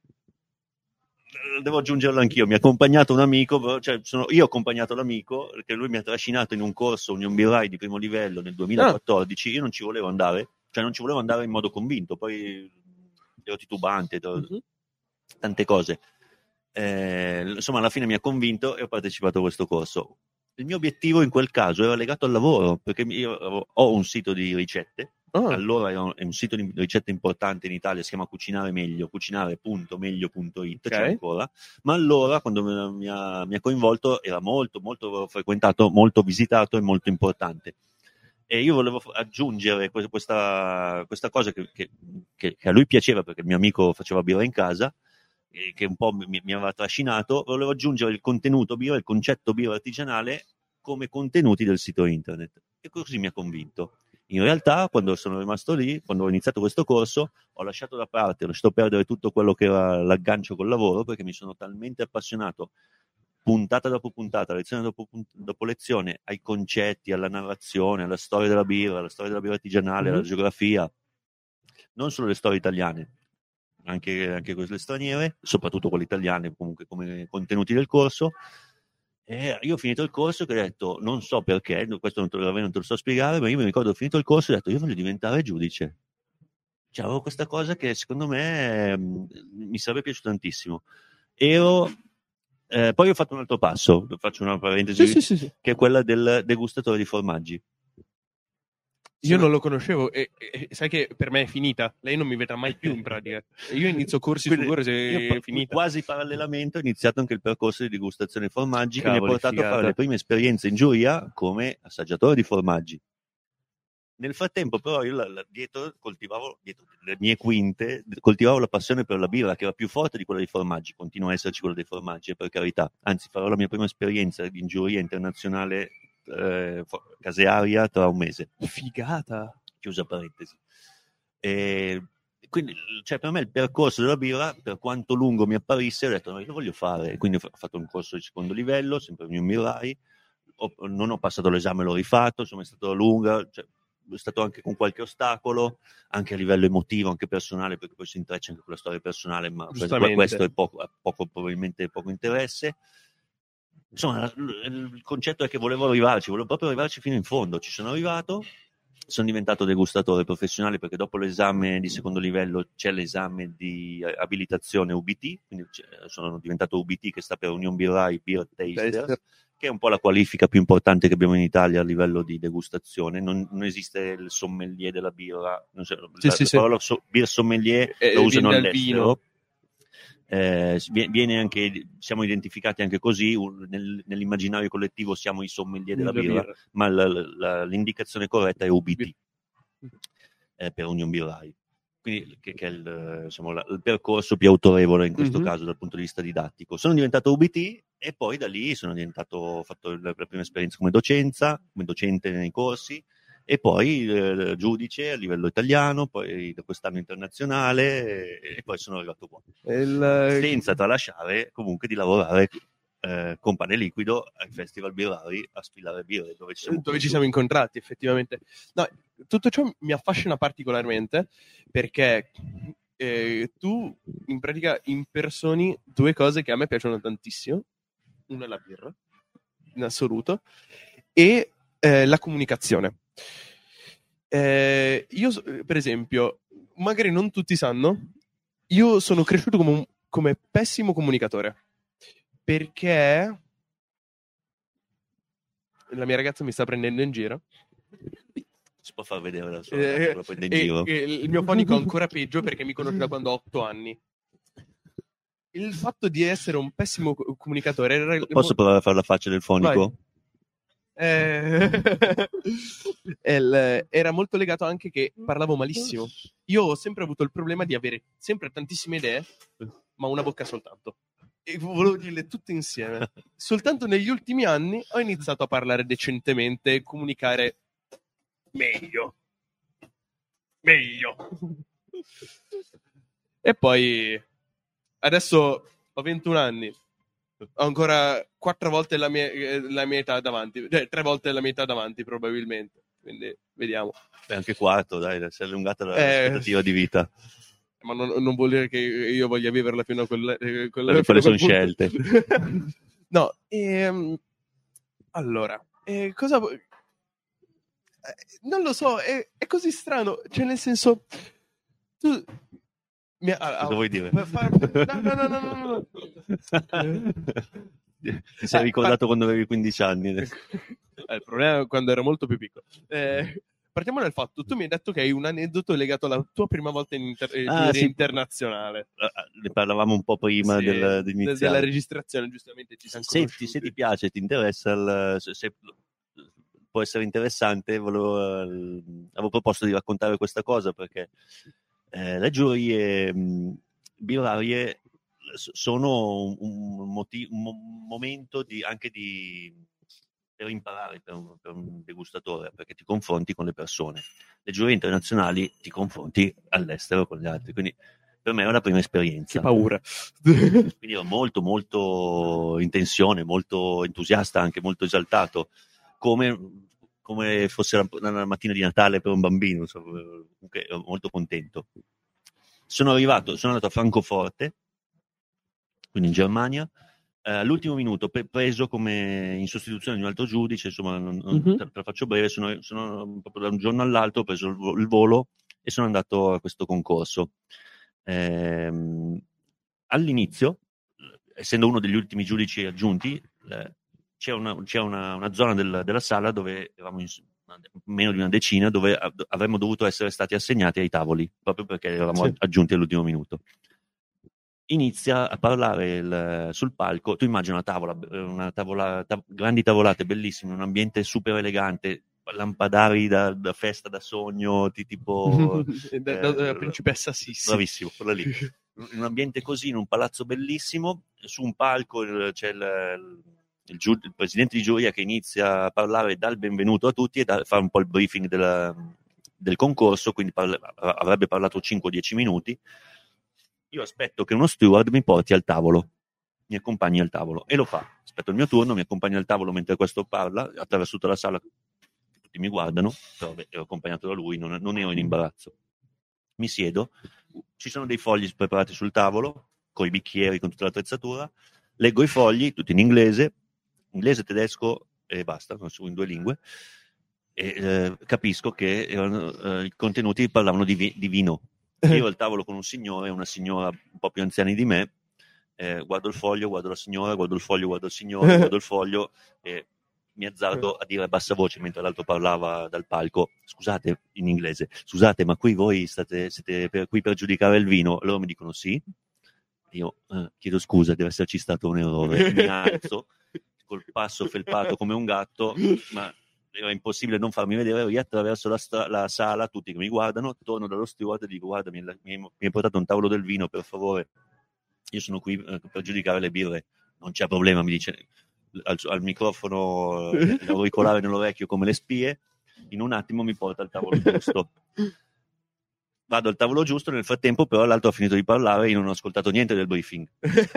Devo aggiungerlo anch'io, mi ha accompagnato un amico, cioè sono, io ho accompagnato l'amico perché lui mi ha trascinato in un corso Union Birrai di primo livello nel duemilaquattordici, io non ci volevo andare cioè non ci volevo andare in modo convinto, poi ero titubante, Mhm. tante cose. Eh, insomma, alla fine mi ha convinto e ho partecipato a questo corso. Il mio obiettivo in quel caso era legato al lavoro, perché io ho un sito di ricette. Ah, Allora era un, è un sito di ricette importante in Italia, si chiama Cucinare Meglio, cucinare punto meglio punto it, ok. c'è ancora. Ma allora, quando mi, mi ha, mi ha coinvolto, era molto, molto frequentato, molto visitato e molto importante. E io volevo aggiungere questa, questa cosa che, che, che a lui piaceva, perché il mio amico faceva birra in casa, che un po' mi, mi aveva trascinato. Volevo aggiungere il contenuto birra, il concetto birra artigianale come contenuti del sito internet, e così mi ha convinto. In realtà, quando sono rimasto lì, quando ho iniziato questo corso, ho lasciato da parte, ho lasciato perdere tutto quello che era l'aggancio col lavoro, perché mi sono talmente appassionato, puntata dopo puntata, lezione dopo, dopo lezione, ai concetti, alla narrazione, alla storia della birra, alla storia della birra artigianale, alla Mhm. geografia, non solo le storie italiane, anche, anche quelle straniere, soprattutto quelle italiane, comunque come contenuti del corso. E io ho finito il corso e ho detto, non so perché, questo non te, lo, non te lo so spiegare, ma io mi ricordo, ho finito il corso e ho detto, io voglio diventare giudice. Cioè, avevo questa cosa che secondo me mh, mi sarebbe piaciuto tantissimo. Ero, eh, poi ho fatto un altro passo, faccio una parentesi, Sì, sì, sì, sì. che è quella del degustatore di formaggi. Io Sono- non lo conoscevo e, e- e sai che per me è finita. Lei non mi vedrà mai più in pratica. Io inizio corsi su Quindi corsi io e pa- è finita. quasi parallelamente ho iniziato anche il percorso di degustazione di formaggi, che mi ha Cavoli, portato a fare figata. le prime esperienze in giuria come assaggiatore di formaggi. Nel frattempo però io la, la, dietro coltivavo, dietro le mie quinte, coltivavo la passione per la birra, che era più forte di quella dei formaggi. Continua a esserci quella dei formaggi, per carità. Anzi, farò la mia prima esperienza in giuria internazionale eh, casearia tra un mese. Figata. Chiusa parentesi. E quindi, cioè, per me il percorso della birra, per quanto lungo mi apparisse, ho detto no, io lo voglio fare. Quindi ho fatto un corso di secondo livello, sempre in un birrai. Ho, non ho passato l'esame, l'ho rifatto, insomma è stata lunga, cioè, è stato anche con qualche ostacolo, anche a livello emotivo, anche personale, perché poi si intreccia anche con la storia personale, ma Giustamente. questo è poco, poco, probabilmente poco interesse. Insomma, il concetto è che volevo arrivarci, volevo proprio arrivarci fino in fondo. Ci sono arrivato, sono diventato degustatore professionale, perché dopo l'esame di secondo livello c'è l'esame di abilitazione U B T, quindi sono diventato U B T, che sta per Union Birrai Beer Tasters, Taster. che è un po' la qualifica più importante che abbiamo in Italia a livello di degustazione. Non, non esiste il sommelier della birra, non so, Sì, la, sì, la sì. parola so, beer sommelier Eh, lo usano viene dal all'estero. vino. Eh, viene anche, siamo identificati anche così, nel, nell'immaginario collettivo siamo i sommelier della La birra, birra. ma la, la, l'indicazione corretta è U B T, Bir- eh, per Union Birrai. Quindi che, che è il, diciamo, la, il percorso più autorevole in questo Mhm. caso dal punto di vista didattico. Sono diventato U B T e poi da lì sono diventato, ho fatto la, la prima esperienza come docenza, come docente nei corsi, e poi eh, giudice a livello italiano, poi da quest'anno internazionale, e, e poi sono arrivato qua. Il, Senza tralasciare comunque di lavorare eh, con Pane Liquido ai festival birrari a spillare birre, dove ci siamo, dove ci siamo incontrati effettivamente. No, tutto ciò mi affascina particolarmente perché eh, tu in pratica impersoni due cose che a me piacciono tantissimo. Una è la birra, in assoluto, e eh, la comunicazione. Eh, io, per esempio, magari non tutti sanno, io sono cresciuto come, un, come pessimo comunicatore, perché la mia ragazza mi sta prendendo in giro. Si può far vedere la sua Eh, ragazza, la prende in e, giro. e il mio fonico è ancora peggio perché mi conosce da quando ho otto anni. Il fatto di essere un pessimo comunicatore era... Posso provare a fare la faccia del fonico? Eh... era molto legato anche che parlavo malissimo. Io ho sempre avuto il problema di avere sempre tantissime idee, ma una bocca soltanto. E volevo dirle tutte insieme. Soltanto negli ultimi anni ho iniziato a parlare decentemente e comunicare meglio. Meglio. E poi adesso ho ventuno anni. Ho ancora quattro volte la mia, la mia età davanti, cioè tre volte la mia età davanti probabilmente, quindi vediamo. Beh, anche quarto, dai, si è allungata l'aspettativa Eh, di vita. Ma non, non vuol dire che io voglia viverla fino a quel, quel, Quelle, fino quelle a sono quel scelte. No, ehm, allora, eh, cosa... non lo so, è, è così strano, cioè nel senso tu mi, ah, cosa vuoi dire? Far, no no no no no, no. Ti sei ricordato quando avevi quindici anni? Eh, il problema è quando ero molto più piccolo. Eh, partiamo dal fatto, tu mi hai detto che hai un aneddoto legato alla tua prima volta in inter- Ah, sì. internazionale. Ne parlavamo un po' prima sì, del, di iniziare. Della registrazione, giustamente ci siamo se, ti, se ti piace, ti interessa, il, se, se può essere interessante, volevo, eh, avevo proposto di raccontare questa cosa perché eh, le giurie mh, birrarie sono un, un, motivo, un momento di, anche di, per imparare per un, per un degustatore, perché ti confronti con le persone. Le giurie internazionali ti confronti all'estero con gli altri, quindi per me è una prima esperienza. Che paura. Quindi ero molto molto in tensione, molto entusiasta, anche molto esaltato, come, come fosse la, la mattina di Natale per un bambino, insomma, ero molto contento. Sono arrivato, sono andato a Francoforte, quindi in Germania, eh, all'ultimo minuto, pre- preso come in sostituzione di un altro giudice, insomma, non, non, mm-hmm. te, te la faccio breve, sono, sono proprio da un giorno all'altro, ho preso il, il volo e sono andato a questo concorso. Ehm, all'inizio, essendo uno degli ultimi giudici aggiunti, eh, c'è, una, c'è una, una zona del, della sala dove eravamo in meno di una decina, dove avremmo dovuto essere stati assegnati ai tavoli, proprio perché eravamo sì. aggiunti all'ultimo minuto. Inizia a parlare il, sul palco, tu immagini una tavola, una tavola tav- grandi tavolate bellissime, un ambiente super elegante, lampadari da, da festa, da sogno, di tipo da, da, da principessa Sissi. Bravissimo, quella lì. In un ambiente così, in un palazzo bellissimo, su un palco c'è il, il, giu- il presidente di giuria che inizia a parlare, dà il benvenuto a tutti e da, fa un po' il briefing della, del concorso, quindi parla, avrebbe parlato cinque o dieci minuti. Io aspetto che uno steward mi porti al tavolo, mi accompagni al tavolo, e lo fa. Aspetto il mio turno, mi accompagna al tavolo mentre questo parla, attraverso tutta la sala tutti mi guardano, però beh, ero accompagnato da lui, non, non ero in imbarazzo. Mi siedo, ci sono dei fogli preparati sul tavolo, con i bicchieri, con tutta l'attrezzatura, leggo i fogli, tutti in inglese, inglese, tedesco e basta, in due lingue, e eh, capisco che erano, eh, i contenuti parlavano di, vi- di vino. Io ero al tavolo con un signore e una signora un po' più anziani di me, eh, guardo il foglio, guardo la signora, guardo il foglio, guardo il signore, guardo il foglio e mi azzardo a dire a bassa voce mentre l'altro parlava dal palco: scusate, in inglese, scusate, ma qui voi state, siete per, qui per giudicare il vino? Loro mi dicono sì. Io eh, chiedo scusa, deve esserci stato un errore. Mi alzo col passo felpato come un gatto, ma era impossibile non farmi vedere, riattraverso la, stra- la sala, tutti che mi guardano, torno dallo steward e dico: guarda, mi hai portato un tavolo del vino, per favore, io sono qui eh, per giudicare le birre. Non c'è problema, mi dice al, al microfono, l'auricolare nell'orecchio come le spie, in un attimo mi porta al tavolo giusto. Vado al tavolo giusto, nel frattempo però l'altro ha finito di parlare e io non ho ascoltato niente del briefing.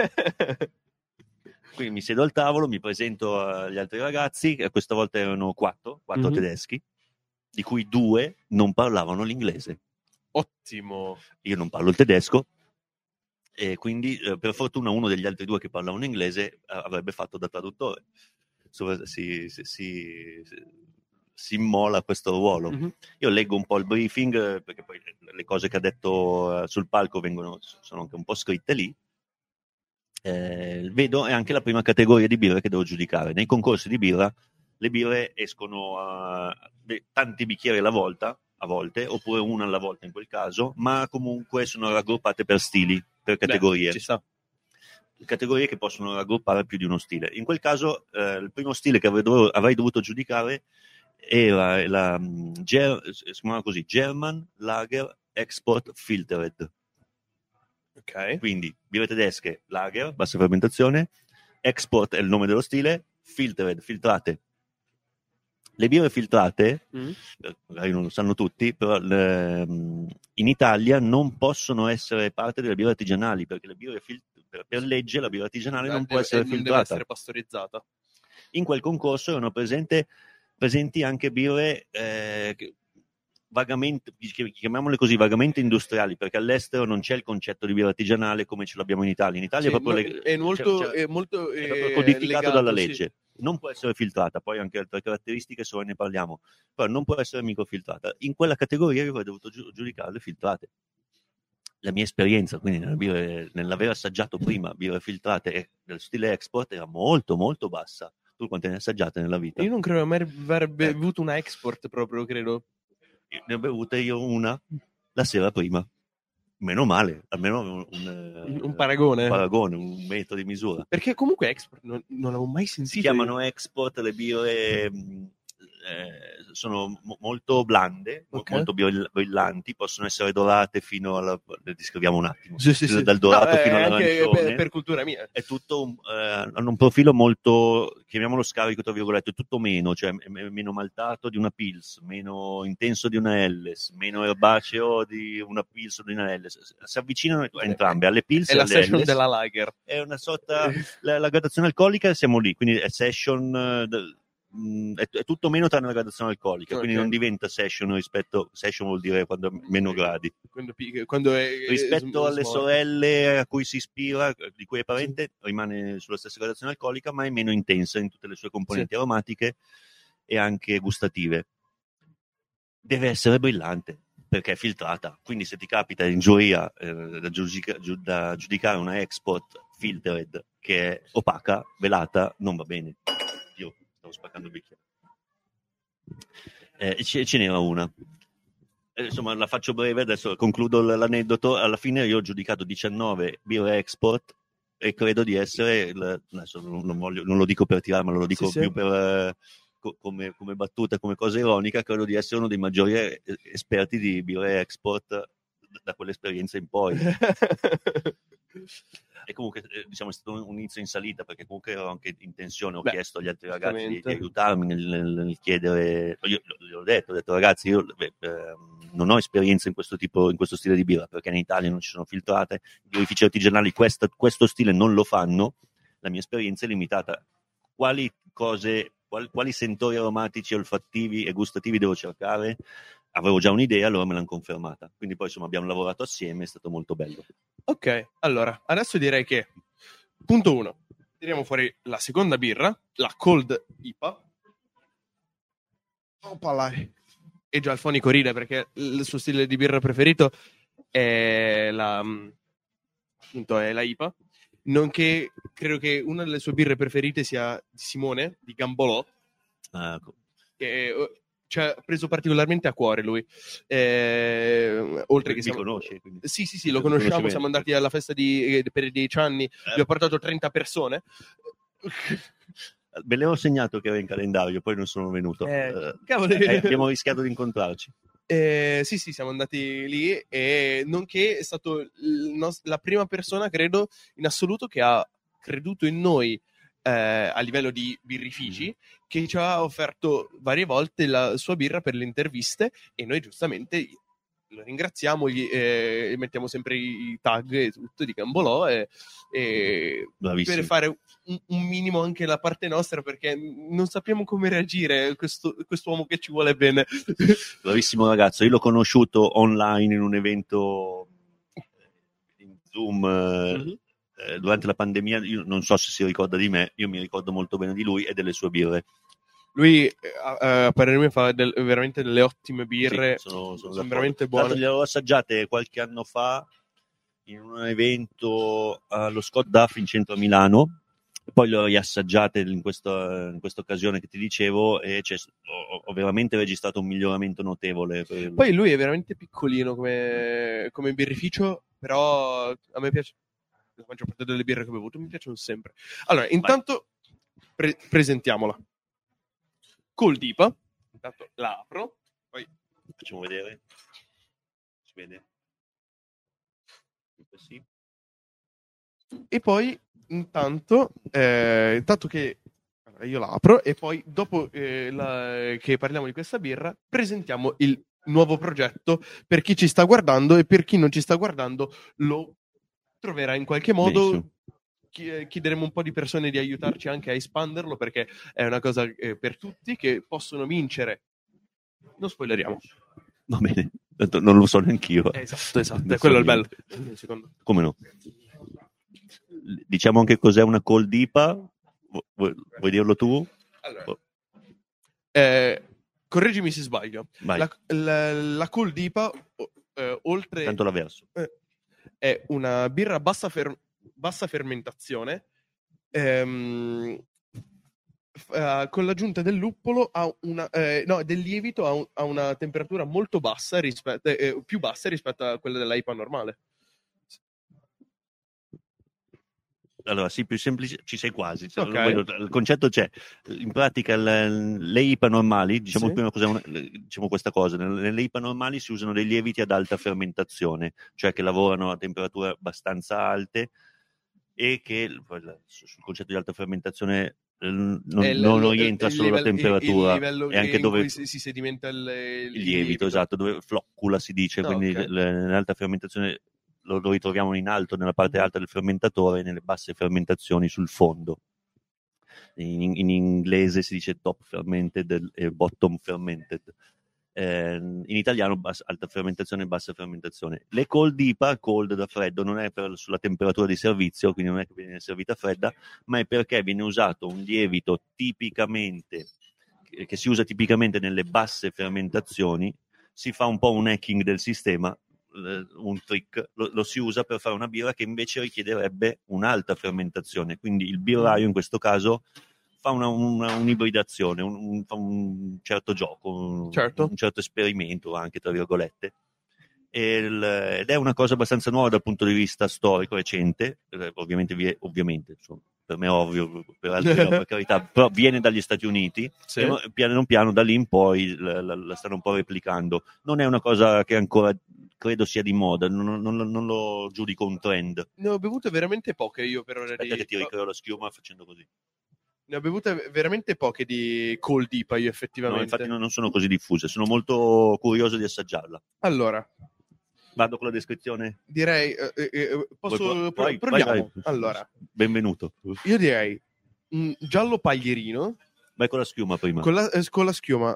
Quindi mi siedo al tavolo, mi presento agli altri ragazzi, che questa volta erano quattro, quattro mm-hmm. tedeschi, di cui due non parlavano l'inglese. Ottimo! Io non parlo il tedesco, e quindi eh, per fortuna uno degli altri due che parlavano inglese eh, avrebbe fatto da traduttore. So, si, si, si, si immola questo ruolo. Mm-hmm. Io leggo un po' il briefing, eh, perché poi le cose che ha detto eh, sul palco vengono, sono anche un po' scritte lì. Eh, vedo è anche la prima categoria di birre che devo giudicare. Nei concorsi di birra le birre escono a beh, tanti bicchieri alla volta, a volte, oppure una alla volta in quel caso, ma comunque sono raggruppate per stili, per categorie. Beh, ci sta. Categorie che possono raggruppare più di uno stile. In quel caso eh, il primo stile che avrei dovuto, avrei dovuto giudicare era la um, Ger- si chiamava così, German Lager Export Filtered. Okay. Quindi birre tedesche, lager, bassa fermentazione, export è il nome dello stile, filtered, filtrate. Le birre filtrate, mm. magari non lo sanno tutti, però le, in Italia non possono essere parte delle birre artigianali, perché le birre fil- per, per legge la birra artigianale Beh, non può deve, essere non filtrata. Deve essere pastorizzata. In quel concorso erano presente, presenti anche birre eh, che, vagamente, chiamiamole così, vagamente industriali, perché all'estero non c'è il concetto di birra artigianale come ce l'abbiamo in Italia. In Italia sì, è proprio, no, le, è molto, c'è, c'è, è molto è proprio codificato legato, dalla legge. Sì. non può essere filtrata, poi anche altre caratteristiche se ne parliamo, però non può essere microfiltrata. In quella categoria io avrei dovuto giu- giudicare le filtrate. La mia esperienza, quindi nella birre, nell'aver assaggiato prima birre filtrate e del stile export, era molto molto bassa. Tu quante ne hai assaggiate nella vita? Io non credo mai aver Eh. bevuto una export proprio, credo. Ne ho bevute io una la sera prima. Meno male, almeno un, un, Un paragone. un paragone, un metro di misura. Perché comunque export non, non l'avevo mai sentito. Si chiamano export le birre, mh, eh, sono mo- molto blande, mo- Okay. molto brill- brillanti, possono essere dorate fino alla... le descriviamo un attimo. Sì, sì, sì. Dal dorato No, fino eh, all'arancione. anche per, per cultura mia. È tutto un, eh, hanno un profilo molto, chiamiamolo scarico tra virgolette, tutto meno, cioè è m- meno maltato di una Pils, meno intenso di una Helles, meno erbaceo di una Pils o di una Helles. Si avvicinano a entrambe, alle Pils È e la alle session Helles. della lager. È una sorta, la, la gradazione alcolica siamo lì, quindi è session, eh, del- mh, è, è tutto meno tranne la gradazione alcolica, quindi Ok. non diventa session rispetto, session vuol dire quando è meno gradi. Quando, pi- quando è, Rispetto è alle smorto. sorelle a cui si ispira, di cui è parente, rimane sulla stessa gradazione alcolica, ma è meno intensa in tutte le sue componenti aromatiche e anche gustative. Deve essere brillante perché è filtrata, quindi se ti capita in giuria eh, da, giudica- giu- da giudicare una export filtered che è opaca, velata, non va bene. Io stavo spaccando il bicchiere. Eh, ce, ce n'era una. Eh, insomma, la faccio breve, adesso concludo l- l'aneddoto. Alla fine io ho giudicato diciannove birre export e credo di essere, il- adesso non, non voglio- non lo dico per tirare, ma lo dico Sì, sì. più per, eh, co- come, come battuta, come cosa ironica, credo di essere uno dei maggiori eh, esperti di birre export da, da quell'esperienza in poi. E comunque eh, diciamo è stato un, un inizio in salita, perché comunque ero anche in tensione, ho Beh, chiesto agli altri ragazzi di, giustamente. di aiutarmi nel, nel- nel chiedere, io gli ho detto, ho detto ragazzi io beh, eh, non ho esperienza in questo tipo, in questo stile di birra, perché in Italia non ci sono filtrate, i birrifici artigianali questa, questo stile non lo fanno, la mia esperienza è limitata. Quali cose, quali, quali sentori aromatici, olfattivi e gustativi devo cercare? Avevo già un'idea, allora me l'hanno confermata. Quindi poi insomma abbiamo lavorato assieme, è stato molto bello. Ok, allora, adesso direi che, punto uno, tiriamo fuori la seconda birra, la Cold I P A. Opala. E già il fonico ride perché il suo stile di birra preferito è la, appunto, è la I P A, nonché credo che una delle sue birre preferite sia di Simone, di Gambolò, Ah, che ci ha preso particolarmente a cuore lui. Eh, oltre che mi siamo... conosci? Quindi. Sì, sì, sì, lo Mi conosciamo, conosci siamo bene. andati alla festa di, eh, per i dieci anni, Eh. gli ho portato trenta persone. Me l'avevo segnato che era in calendario, poi non sono venuto. Eh, Eh, cavolo. eh, abbiamo rischiato di incontrarci. Eh, sì, sì, siamo andati lì e nonché è stato il nos- la prima persona, credo, in assoluto che ha creduto in noi eh, a livello di birrifici, che ci ha offerto varie volte la sua birra per le interviste e noi giustamente lo ringraziamo, gli, eh, gli mettiamo sempre i tag e tutto di Gambolò e, e per fare un, un minimo anche la parte nostra, perché non sappiamo come reagire a questo quest'uomo che ci vuole bene. Bravissimo ragazzo, io l'ho conosciuto online in un evento in Zoom Mm-hmm. eh, durante la pandemia. Io non so se si ricorda di me, io mi ricordo molto bene di lui e delle sue birre. Lui, eh, a parer mio, fa del, veramente delle ottime birre, sì, sono, sono, sono veramente buone. Le ho assaggiate qualche anno fa in un evento allo Scott Duff in centro a Milano, poi le ho riassaggiate in questa, in questa occasione che ti dicevo e ho, ho veramente registrato un miglioramento notevole. Per... Poi lui è veramente piccolino come, come birrificio, però a me piace, la maggior parte delle birre che ho bevuto mi piacciono sempre. Allora, intanto pre- presentiamola. Cold I P A, intanto la apro, poi facciamo vedere, si vede? Sì. E poi intanto, eh, intanto che allora io la apro e poi dopo eh, la, che parliamo di questa birra presentiamo il nuovo progetto per chi ci sta guardando e per chi non ci sta guardando lo troverà in qualche modo. Chiederemo un po' di persone di aiutarci anche a espanderlo, perché è una cosa eh, per tutti, che possono vincere. Non spoileriamo. Va bene, non lo so neanch'io. Esatto, esatto, è quello il bello. Come no? Diciamo anche cos'è una Cold I P A. Vuoi, vuoi dirlo tu? Allora, eh, correggimi se sbaglio. Vai. La, la, la Cold I P A, eh, oltre Tanto la verso. eh, è una birra a bassa, fer- bassa fermentazione, ehm, f- eh, con l'aggiunta del luppolo ha una, eh, no, del lievito a, un- a una temperatura molto bassa rispetto, eh, più bassa rispetto a quella della I P A normale. Allora, sì, più semplice, ci sei quasi. Cioè, Ok. il concetto c'è. In pratica, le, le I P A normali, diciamo Sì. prima cos'è una, diciamo questa cosa, nelle I P A normali si usano dei lieviti ad alta fermentazione, cioè che lavorano a temperature abbastanza alte e che sul concetto di alta fermentazione non, È il, non lo- rientra il solo la livello, il- il temperatura, livello è anche in dove cui si, si sedimenta il, il il lievito, lievito. esatto, dove floccula si dice, Ah, quindi ok. nell'alta fermentazione lo, lo ritroviamo in alto, nella parte alta del fermentatore, e nelle basse fermentazioni sul fondo. In, in inglese si dice top fermented e bottom fermented. Eh, in italiano bassa, alta fermentazione e bassa fermentazione. Le cold I P A, cold da freddo, non è per, sulla temperatura di servizio, quindi non è che viene servita fredda, ma è perché viene usato un lievito tipicamente che si usa tipicamente nelle basse fermentazioni. Si fa un po' un hacking del sistema, un trick, lo, lo si usa per fare una birra che invece richiederebbe un'alta fermentazione, quindi il birraio in questo caso fa una, una, un'ibridazione, un, un, fa un certo gioco, un Certo. un certo esperimento anche tra virgolette, e il, ed è una cosa abbastanza nuova dal punto di vista storico recente, ovviamente, vi è, ovviamente insomma, per me è ovvio, per altri no, per carità, però viene dagli Stati Uniti, Sì. e piano piano da lì in poi la, la, la stanno un po' replicando. Non è una cosa che ancora credo sia di moda, non, non, non lo giudico un trend. Ne ho bevute veramente poche io per ora. Aspetta di... che ti ricreo la schiuma facendo così. Ne ho bevute veramente poche di cold I P A io effettivamente. No, infatti non sono così diffuse, sono molto curioso di assaggiarla. Allora, vado con la descrizione? Direi, eh, eh, posso, Vuoi, pro- vai, proviamo. vai, vai. Allora, benvenuto. Io direi un giallo paglierino. Vai con la schiuma prima. Con la, eh, con la schiuma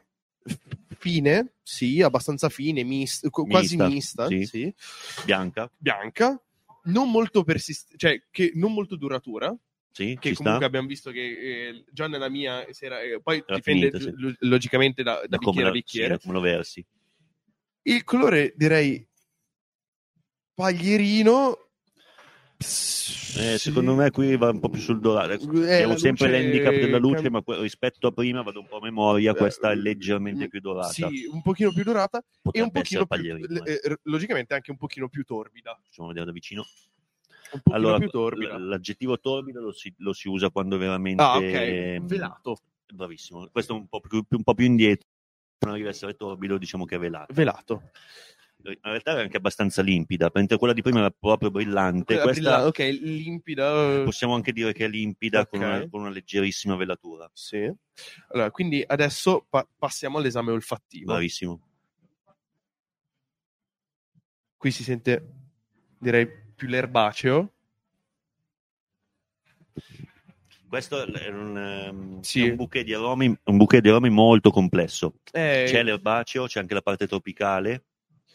fine, sì, abbastanza fine, mist, quasi Mista, mista, sì. sì. Bianca. Bianca, non molto persistente, cioè che non molto duratura. Sì, che ci comunque sta. abbiamo visto che eh, già nella mia era, eh, poi Era dipende finita, sì. lo- logicamente da, da, Da come, bicchiere a la, bicchiere. sì, da come lo versi. Il colore direi paglierino. Eh, secondo me qui va un po' più sul dorato. Eh, Abbiamo la sempre luce l'handicap della luce, cam- ma que- rispetto a prima vado un po' a memoria, questa è leggermente più dorata. Sì, un pochino più dorata e Potrebbe un pochino più, paglierino, eh. eh, logicamente anche un pochino più torbida. Facciamo vedere da vicino. Un pochino Allora, più torbida. l- l'aggettivo torbido lo si, lo si usa quando veramente... Ah, ok. Velato. Bravissimo. Questo è un po' più, un po' più indietro. Non arriva a essere torbido, diciamo che è velato. Velato. In realtà è anche abbastanza limpida, mentre quella di prima era proprio brillante. Quella Questa brilla- ok, limpida. possiamo anche dire che è limpida, Ok. con, una, con una leggerissima velatura. Sì. Allora, quindi adesso pa- passiamo all'esame olfattivo. Bravissimo. Qui si sente, direi, più l'erbaceo. Questo è un, um, Sì. è un bouquet di aromi, un bouquet di aromi molto complesso. Eh, C'è l'erbaceo, c'è anche la parte tropicale.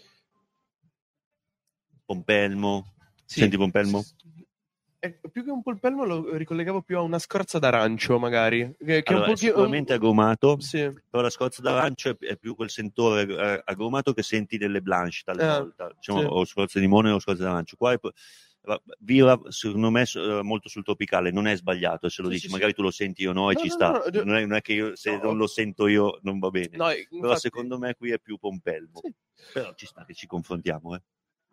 Pompelmo. sì. Senti pompelmo? Eh, più che un polpelmo lo ricollegavo più a una scorza d'arancio, magari. Che, che Allora, è un è sicuramente agrumato, Sì. però la scorza d'arancio è, è più quel sentore eh, agrumato che senti nelle blanche talvolta, Eh, diciamo, sì. o scorza di limone o scorza d'arancio. Qua è, vira, secondo me, eh, molto sul tropicale, non è sbagliato, se lo Sì, dici, sì, magari sì. tu lo senti io no e No, ci no, sta, no, no, non, è, non è che io, se no. non lo sento io non va bene, No, però infatti- secondo me qui è più pompelmo, Sì. però ci sta che ci confrontiamo. Eh.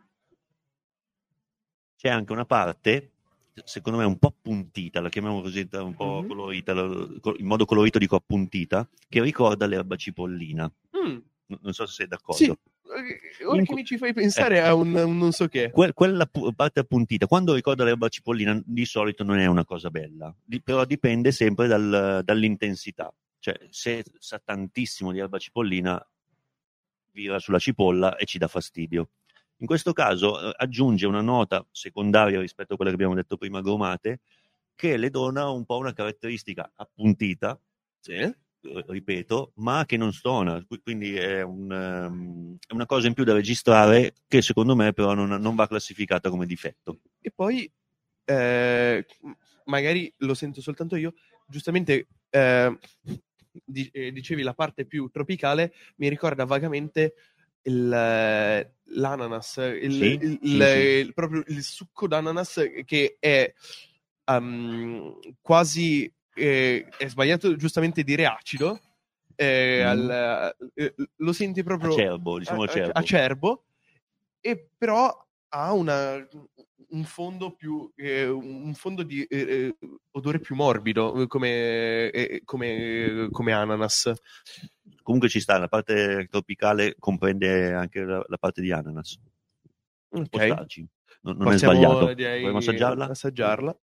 C'è anche una parte, secondo me un po' appuntita, la chiamiamo così, un po' Mhm. colorita, in modo colorito dico appuntita, che ricorda l'erba cipollina. Mm. Non so se sei d'accordo. Sì. Eh, Ora In che cu- mi ci fai pensare eh. a un, un non so che. Que- quella pu- parte appuntita, quando ricorda l'erba cipollina, di solito non è una cosa bella, di- però dipende sempre dal- dall'intensità. Cioè, se sa tantissimo di erba cipollina, vira sulla cipolla e ci dà fastidio. In questo caso eh, aggiunge una nota secondaria rispetto a quella che abbiamo detto prima, agrumate, che le dona un po' una caratteristica appuntita, Sì. ripeto, ma che non stona, quindi è, un, um, è una cosa in più da registrare che secondo me però non, non va classificata come difetto. E poi, eh, magari lo sento soltanto io, giustamente eh, di, eh, dicevi la parte più tropicale, mi ricorda vagamente il, l'ananas, il, Sì, il, sì, il, sì. il- proprio il succo d'ananas che è um, quasi, eh, è sbagliato giustamente dire acido, eh, Mm. al, eh, lo senti proprio Acerbo, diciamo a- acerbo. acerbo, e però ha una, un fondo più eh, un fondo di eh, eh, odore più morbido, come, eh, come, come ananas. Comunque ci sta, la parte tropicale comprende anche la, la parte di ananas. Può Ok, starci, non, non è possiamo sbagliato. direi Vogliamo assaggiarla? assaggiarla.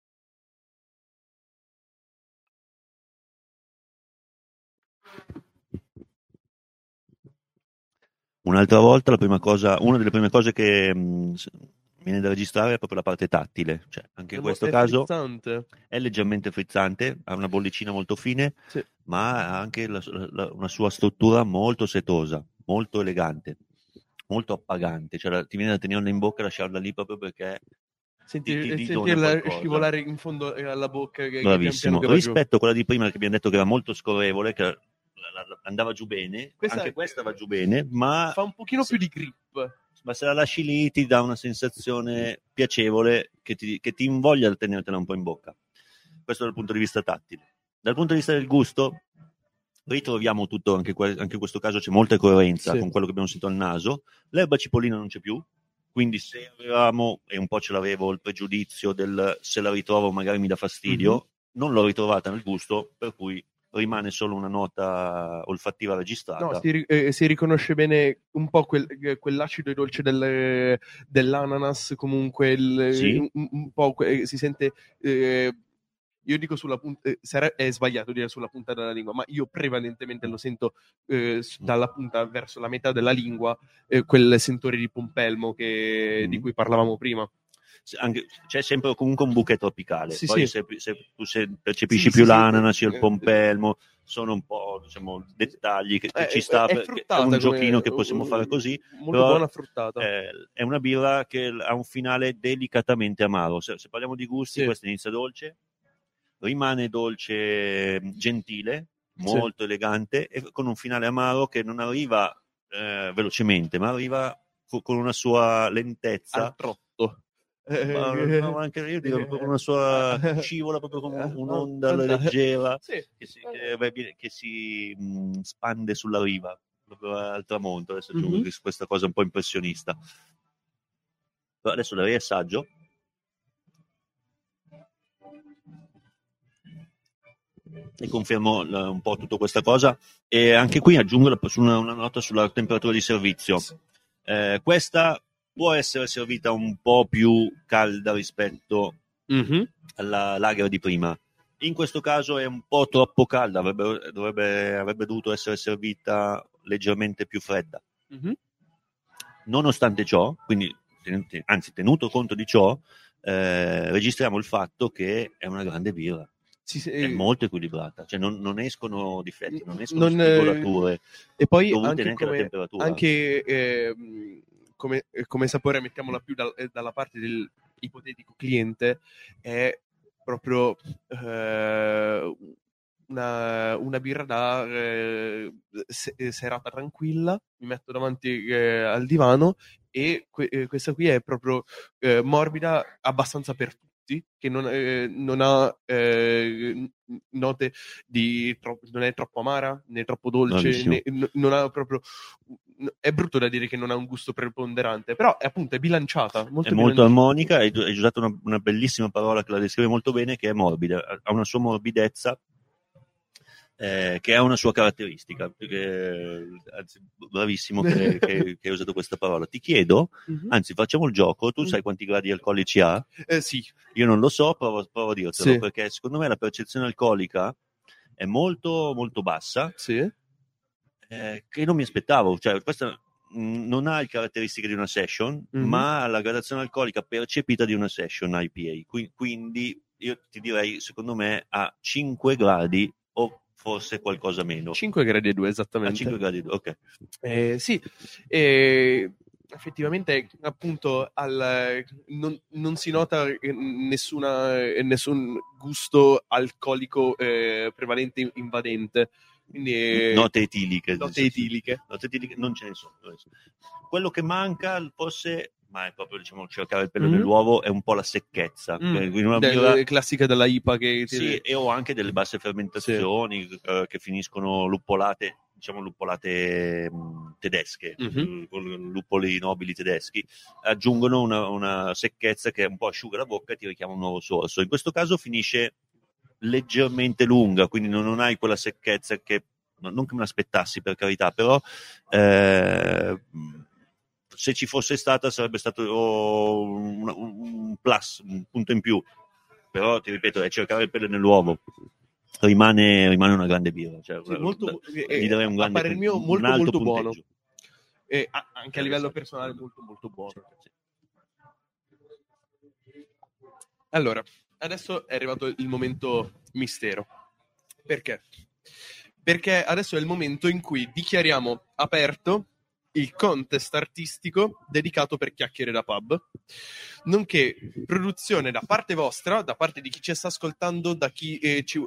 Un'altra volta, la prima cosa, una delle prime cose che mh, s- viene da registrare è proprio la parte tattile. Cioè, anche È, in mo- questo è caso frizzante. è leggermente frizzante, ha una bollicina molto fine, Sì. ma ha anche la- la- una sua struttura molto setosa, molto elegante, molto appagante. Cioè, la- ti viene da tenerla in bocca e lasciarla lì proprio perché Senti, ti, ti, eh, ti dona sentirla qualcosa. scivolare in fondo eh, alla bocca, che, che pian piano Bravissimo. che va giù. Rispetto a quella di prima che abbiamo detto che era molto scorrevole, che la- la- andava giù bene, Questa anche questa va giù bene, ma fa un pochino se, più di grip. ma se la lasci lì ti dà una sensazione piacevole che ti, che ti invoglia a tenertela un po' in bocca. Questo dal punto di vista tattile. Dal punto di vista del gusto, ritroviamo tutto, anche, que- anche in questo caso c'è molta coerenza Sì. con quello che abbiamo sentito al naso. L'erba cipollina non c'è più, quindi se avevamo, e un po' ce l'avevo, il pregiudizio del se la ritrovo magari mi dà fastidio, Mhm. non l'ho ritrovata nel gusto, per cui rimane solo una nota olfattiva No, registrata. si, ri- eh, si riconosce bene un po' quel- eh, quell'acido e dolce del- dell'ananas, comunque il- Sì, un, un po' que- si sente, eh, io dico sulla punta, eh, sare- è sbagliato dire sulla punta della lingua, ma io prevalentemente lo sento eh, s- dalla punta verso la metà della lingua, eh, quel sentore di pompelmo che- di Mm. cui parlavamo prima. Se- anche- c'è sempre comunque un bouquet tropicale. Sì, Poi sì. se, se tu se percepisci Sì, più sì, sì, l'ananas, il eh, pompelmo, sono un po', diciamo, dettagli che, che eh, ci è, sta, è per- che è un fruttata come giochino che possiamo fare così, molto però buona fruttata. eh, è una birra che ha un finale delicatamente amaro. Se, se parliamo di gusti, Sì. questa inizia dolce, rimane dolce, gentile, Sì. molto elegante, e con un finale amaro che non arriva eh, velocemente, ma arriva co- con una sua lentezza. Al trotto. Ma, no, ma anche io dico proprio una sua scivola proprio come un'onda leggera Sì. che si, che, che si mh, spande sulla riva proprio al tramonto. Adesso aggiungo Mhm. che questa cosa un po' impressionista. Però adesso la riassaggio. E confermo la- un po' tutta questa cosa, e anche qui aggiungo la- una, una nota sulla temperatura di servizio. Eh, questa può essere servita un po' più calda rispetto Mhm. alla lager di prima. In questo caso è un po' troppo calda, avrebbe, dovrebbe, avrebbe dovuto essere servita leggermente più fredda. Mhm. Nonostante ciò, quindi ten- anzi tenuto conto di ciò, eh, registriamo il fatto che è una grande birra. Sì, sì, È eh, molto equilibrata, cioè non, non escono difetti, non escono non, eh, spigolature e poi dovute anche neanche alla come, temperatura. anche, ehm, come, come sapore, mettiamola più dal- eh, dalla parte del ipotetico cliente, è proprio eh, una, una birra da eh, se- serata tranquilla, mi metto davanti eh, al divano, e que- eh, questa qui è proprio eh, morbida abbastanza per tutti, che non, eh, non ha eh, note di tro- non è troppo amara né troppo dolce, Bravissimo. né- n- non ha proprio, è brutto da dire che non ha un gusto preponderante, però è appunto è bilanciata, molto È molto bilanciata. armonica, hai, hai usato una, una bellissima parola che la descrive molto bene, che è morbida, ha una sua morbidezza, eh, che ha una sua caratteristica. Perché, anzi, bravissimo che, che, che hai usato questa parola. Ti chiedo, Mhm. anzi facciamo il gioco, tu Mm. sai quanti gradi alcolici ha? Eh, sì, Io non lo so, provo, provo a dirtelo, Sì. perché secondo me la percezione alcolica è molto molto bassa, sì. eh, che non mi aspettavo. Cioè, questa mh, non ha le caratteristiche di una session, Mhm. ma ha la gradazione alcolica percepita di una session I P A. Qui- quindi io ti direi, secondo me, a cinque gradi o forse qualcosa meno. cinque gradi e due A esattamente. cinque gradi, ok. Eh, sì, eh, effettivamente appunto al, non, non si nota nessuna, nessun gusto alcolico eh, prevalente invadente. Quindi, eh, note etiliche. Note etiliche. Note etiliche non ce ne sono. Quello che manca forse, ma è proprio diciamo cercare il pelo Mm. nell'uovo, è un po' la secchezza. Mm. Una De- birra classica della I P A che sì, e ho anche delle basse fermentazioni eh, che finiscono luppolate, diciamo luppolate mh, tedesche, Mhm. mh, con luppoli nobili tedeschi, aggiungono una, una secchezza che un po' asciuga la bocca e ti richiama un nuovo sorso. In questo caso finisce leggermente lunga, quindi non, non hai quella secchezza che, non che me l'aspettassi per carità, però eh, se ci fosse stata sarebbe stato oh, un, un plus, un punto in più, però ti ripeto è cercare il pelo nell'uovo. Rimane, rimane una grande birra, cioè, Sì, molto, gli darei un grande a parer mio molto un alto molto punteggio. buono e anche a livello personale molto molto buono. Allora, adesso è arrivato il momento mistero. Perché? Perché adesso è il momento in cui dichiariamo aperto il contest artistico dedicato per Chiacchiere da Pub, nonché produzione da parte vostra, da parte di chi ci sta ascoltando, da chi eh, ci...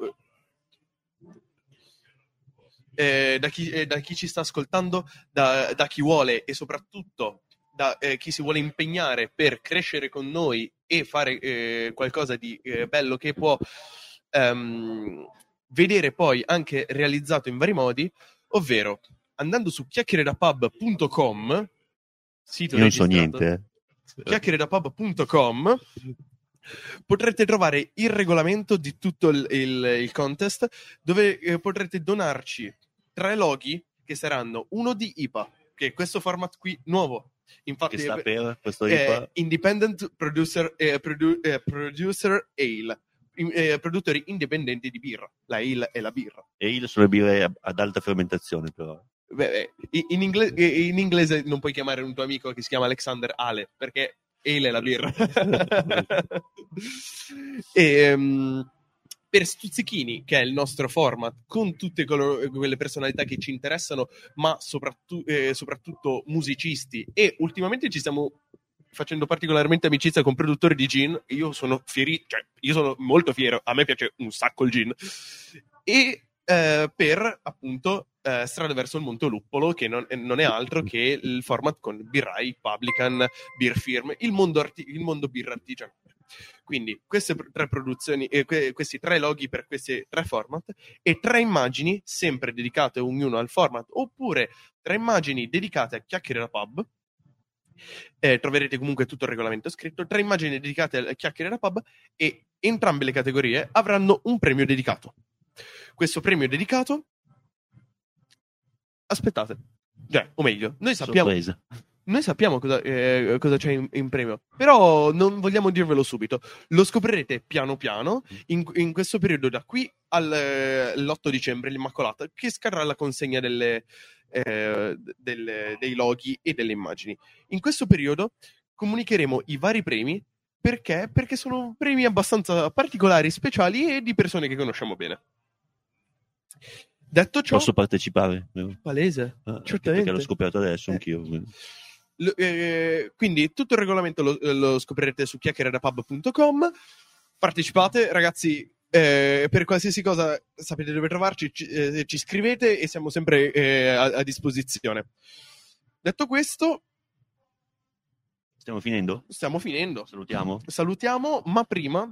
Eh, da, chi, eh, da chi ci sta ascoltando, da, da chi vuole e soprattutto da eh, chi si vuole impegnare per crescere con noi e fare eh, qualcosa di eh, bello che può ehm, vedere poi anche realizzato in vari modi, ovvero andando su chiacchieredapub punto com, sito io non so registrato, niente eh. chiacchieredapub punto com, potrete trovare il regolamento di tutto il, il, il contest, dove eh, potrete donarci tre loghi che saranno uno di I P A, che è questo format qui nuovo. Infatti, che sta per questo eh, I P A? Independent Producer, eh, produ- eh, Producer Ale, in, eh, produttori indipendenti di birra. La ale è la birra. Ale sono le birre ad alta fermentazione, però. Beh, in, ingle- in inglese non puoi chiamare un tuo amico che si chiama Alexander Ale, perché Ale è la birra. e, um, per Stuzzichini, che è il nostro format, con tutte coloro, quelle personalità che ci interessano, ma soprattutto, eh, soprattutto musicisti, e ultimamente ci stiamo facendo particolarmente amicizia con produttori di gin. Io sono fieri, cioè io sono molto fiero, a me piace un sacco il gin. E eh, per appunto eh, Strade verso il Monteluppolo, che non, non è altro che il format con birrai, publican, beer firm, il mondo, arti- il mondo birra artigianale. Quindi queste tre produzioni, eh, que- questi tre loghi per questi tre format e tre immagini sempre dedicate ognuno al format, oppure tre immagini dedicate a Chiacchiere da Pub. Eh, troverete comunque tutto il regolamento scritto, tre immagini dedicate a Chiacchiere da Pub, e entrambe le categorie avranno un premio dedicato. Questo premio dedicato, aspettate, cioè, o meglio, noi sappiamo, Sorpresa. noi sappiamo cosa, eh, cosa c'è in, in premio, però non vogliamo dirvelo subito. Lo scoprirete piano piano in, in questo periodo, da qui all'otto dicembre, l'Immacolata, che scadrà la consegna delle, eh, delle, dei loghi e delle immagini. In questo periodo comunicheremo i vari premi. Perché? Perché sono premi abbastanza particolari, speciali e di persone che conosciamo bene. Detto ciò, posso partecipare? Palese, ah, certamente. Perché l'ho scoperto adesso eh. anch'io. L- eh, quindi tutto il regolamento lo, lo scoprirete su chiacchieredapub punto com. Partecipate, ragazzi. Eh, per qualsiasi cosa sapete dove trovarci, ci, eh, ci scrivete e siamo sempre eh, a, a disposizione. Detto questo, stiamo finendo? Stiamo finendo. Salutiamo? Salutiamo, ma prima,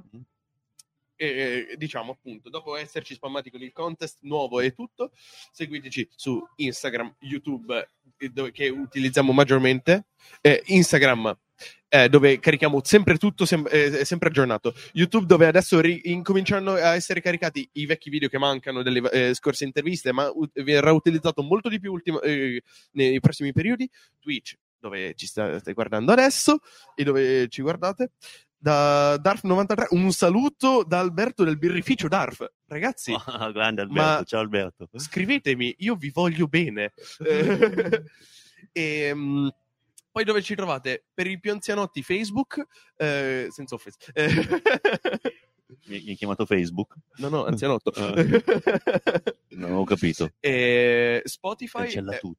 eh, diciamo appunto, dopo esserci spammati con il contest nuovo e tutto, seguiteci su Instagram, YouTube, eh, dove, che utilizziamo maggiormente, eh, Instagram, eh, dove carichiamo sempre tutto, sem- eh, sempre aggiornato, YouTube, dove adesso ri- incominciano a essere caricati i vecchi video che mancano delle eh, scorse interviste, ma u- verrà utilizzato molto di più ultima- eh, nei prossimi periodi, Twitch, dove ci sta- state guardando adesso e dove ci guardate, da Darf novantatré, un saluto da Alberto del birrificio Darf. Ragazzi, oh, grande Alberto, ma ciao Alberto, scrivetemi, io vi voglio bene. e um, poi dove ci trovate? Per i più anzianotti Facebook, eh, senza offesa. mi hai chiamato Facebook? No, no, anzianotto. Non ho capito. E Spotify, cancella eh, tutto.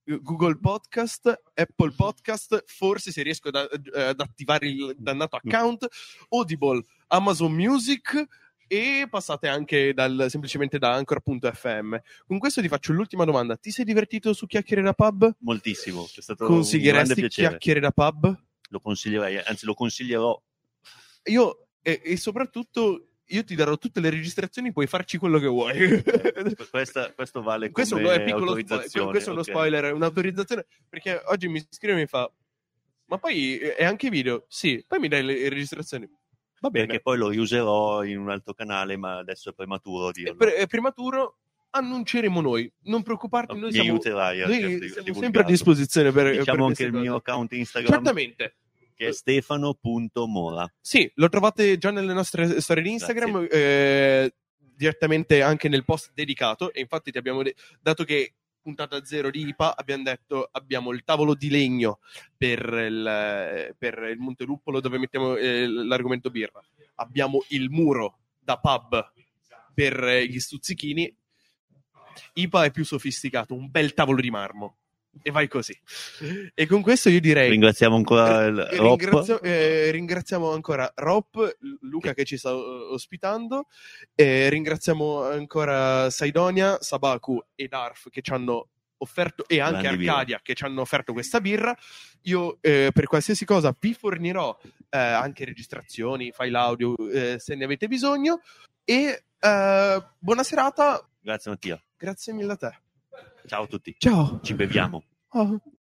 Google Podcast, Apple Podcast, forse se riesco ad, ad attivare il dannato account, Audible, Amazon Music, e passate anche dal, semplicemente da anchor punto effe emme. Con questo ti faccio l'ultima domanda: ti sei divertito su Chiacchiere da Pub? Moltissimo, è stato un grande Consiglieresti piacere. Chiacchiere da Pub? Lo consiglierei, anzi lo consiglierò. Io e, e soprattutto io ti darò tutte le registrazioni, puoi farci quello che vuoi. Eh, questa, questo vale questo come è un piccolo autorizzazione. spoiler, questo è uno okay. spoiler, un'autorizzazione, perché oggi mi scrive e mi fa: ma poi è anche video? Sì, poi mi dai le registrazioni. Va bene. Perché poi lo riuserò in un altro canale, ma adesso è prematuro dirlo. È, pre- è prematuro, annunceremo noi, non preoccuparti, noi Mi siamo, aiuterai a noi certi- siamo divulgarlo. sempre a disposizione per, per Diciamo anche queste il cose. mio account Instagram, Certamente. che è stefano punto mora. Sì, lo trovate già nelle nostre storie di Instagram, eh, direttamente anche nel post dedicato, e infatti ti abbiamo de- dato che puntata zero di I P A abbiamo detto abbiamo il tavolo di legno per il, per il Monteluppolo dove mettiamo eh, l'argomento birra, abbiamo il muro da pub per eh, gli stuzzichini. I P A è più sofisticato, un bel tavolo di marmo, e vai così. E con questo io direi Ringraziamo ancora il eh, Rob. ringrazio- eh, ringraziamo ancora Rob, Luca che ci sta uh, ospitando, eh, ringraziamo ancora Saidonia, Sabaku e Darf che ci hanno offerto, e anche Grandi Arcadia che ci hanno offerto questa birra. Io eh, per qualsiasi cosa vi fornirò eh, anche registrazioni, file audio eh, se ne avete bisogno, e eh, buona serata. Grazie Mattia. Grazie mille a te. Ciao a tutti. Ciao. Ci beviamo. Oh.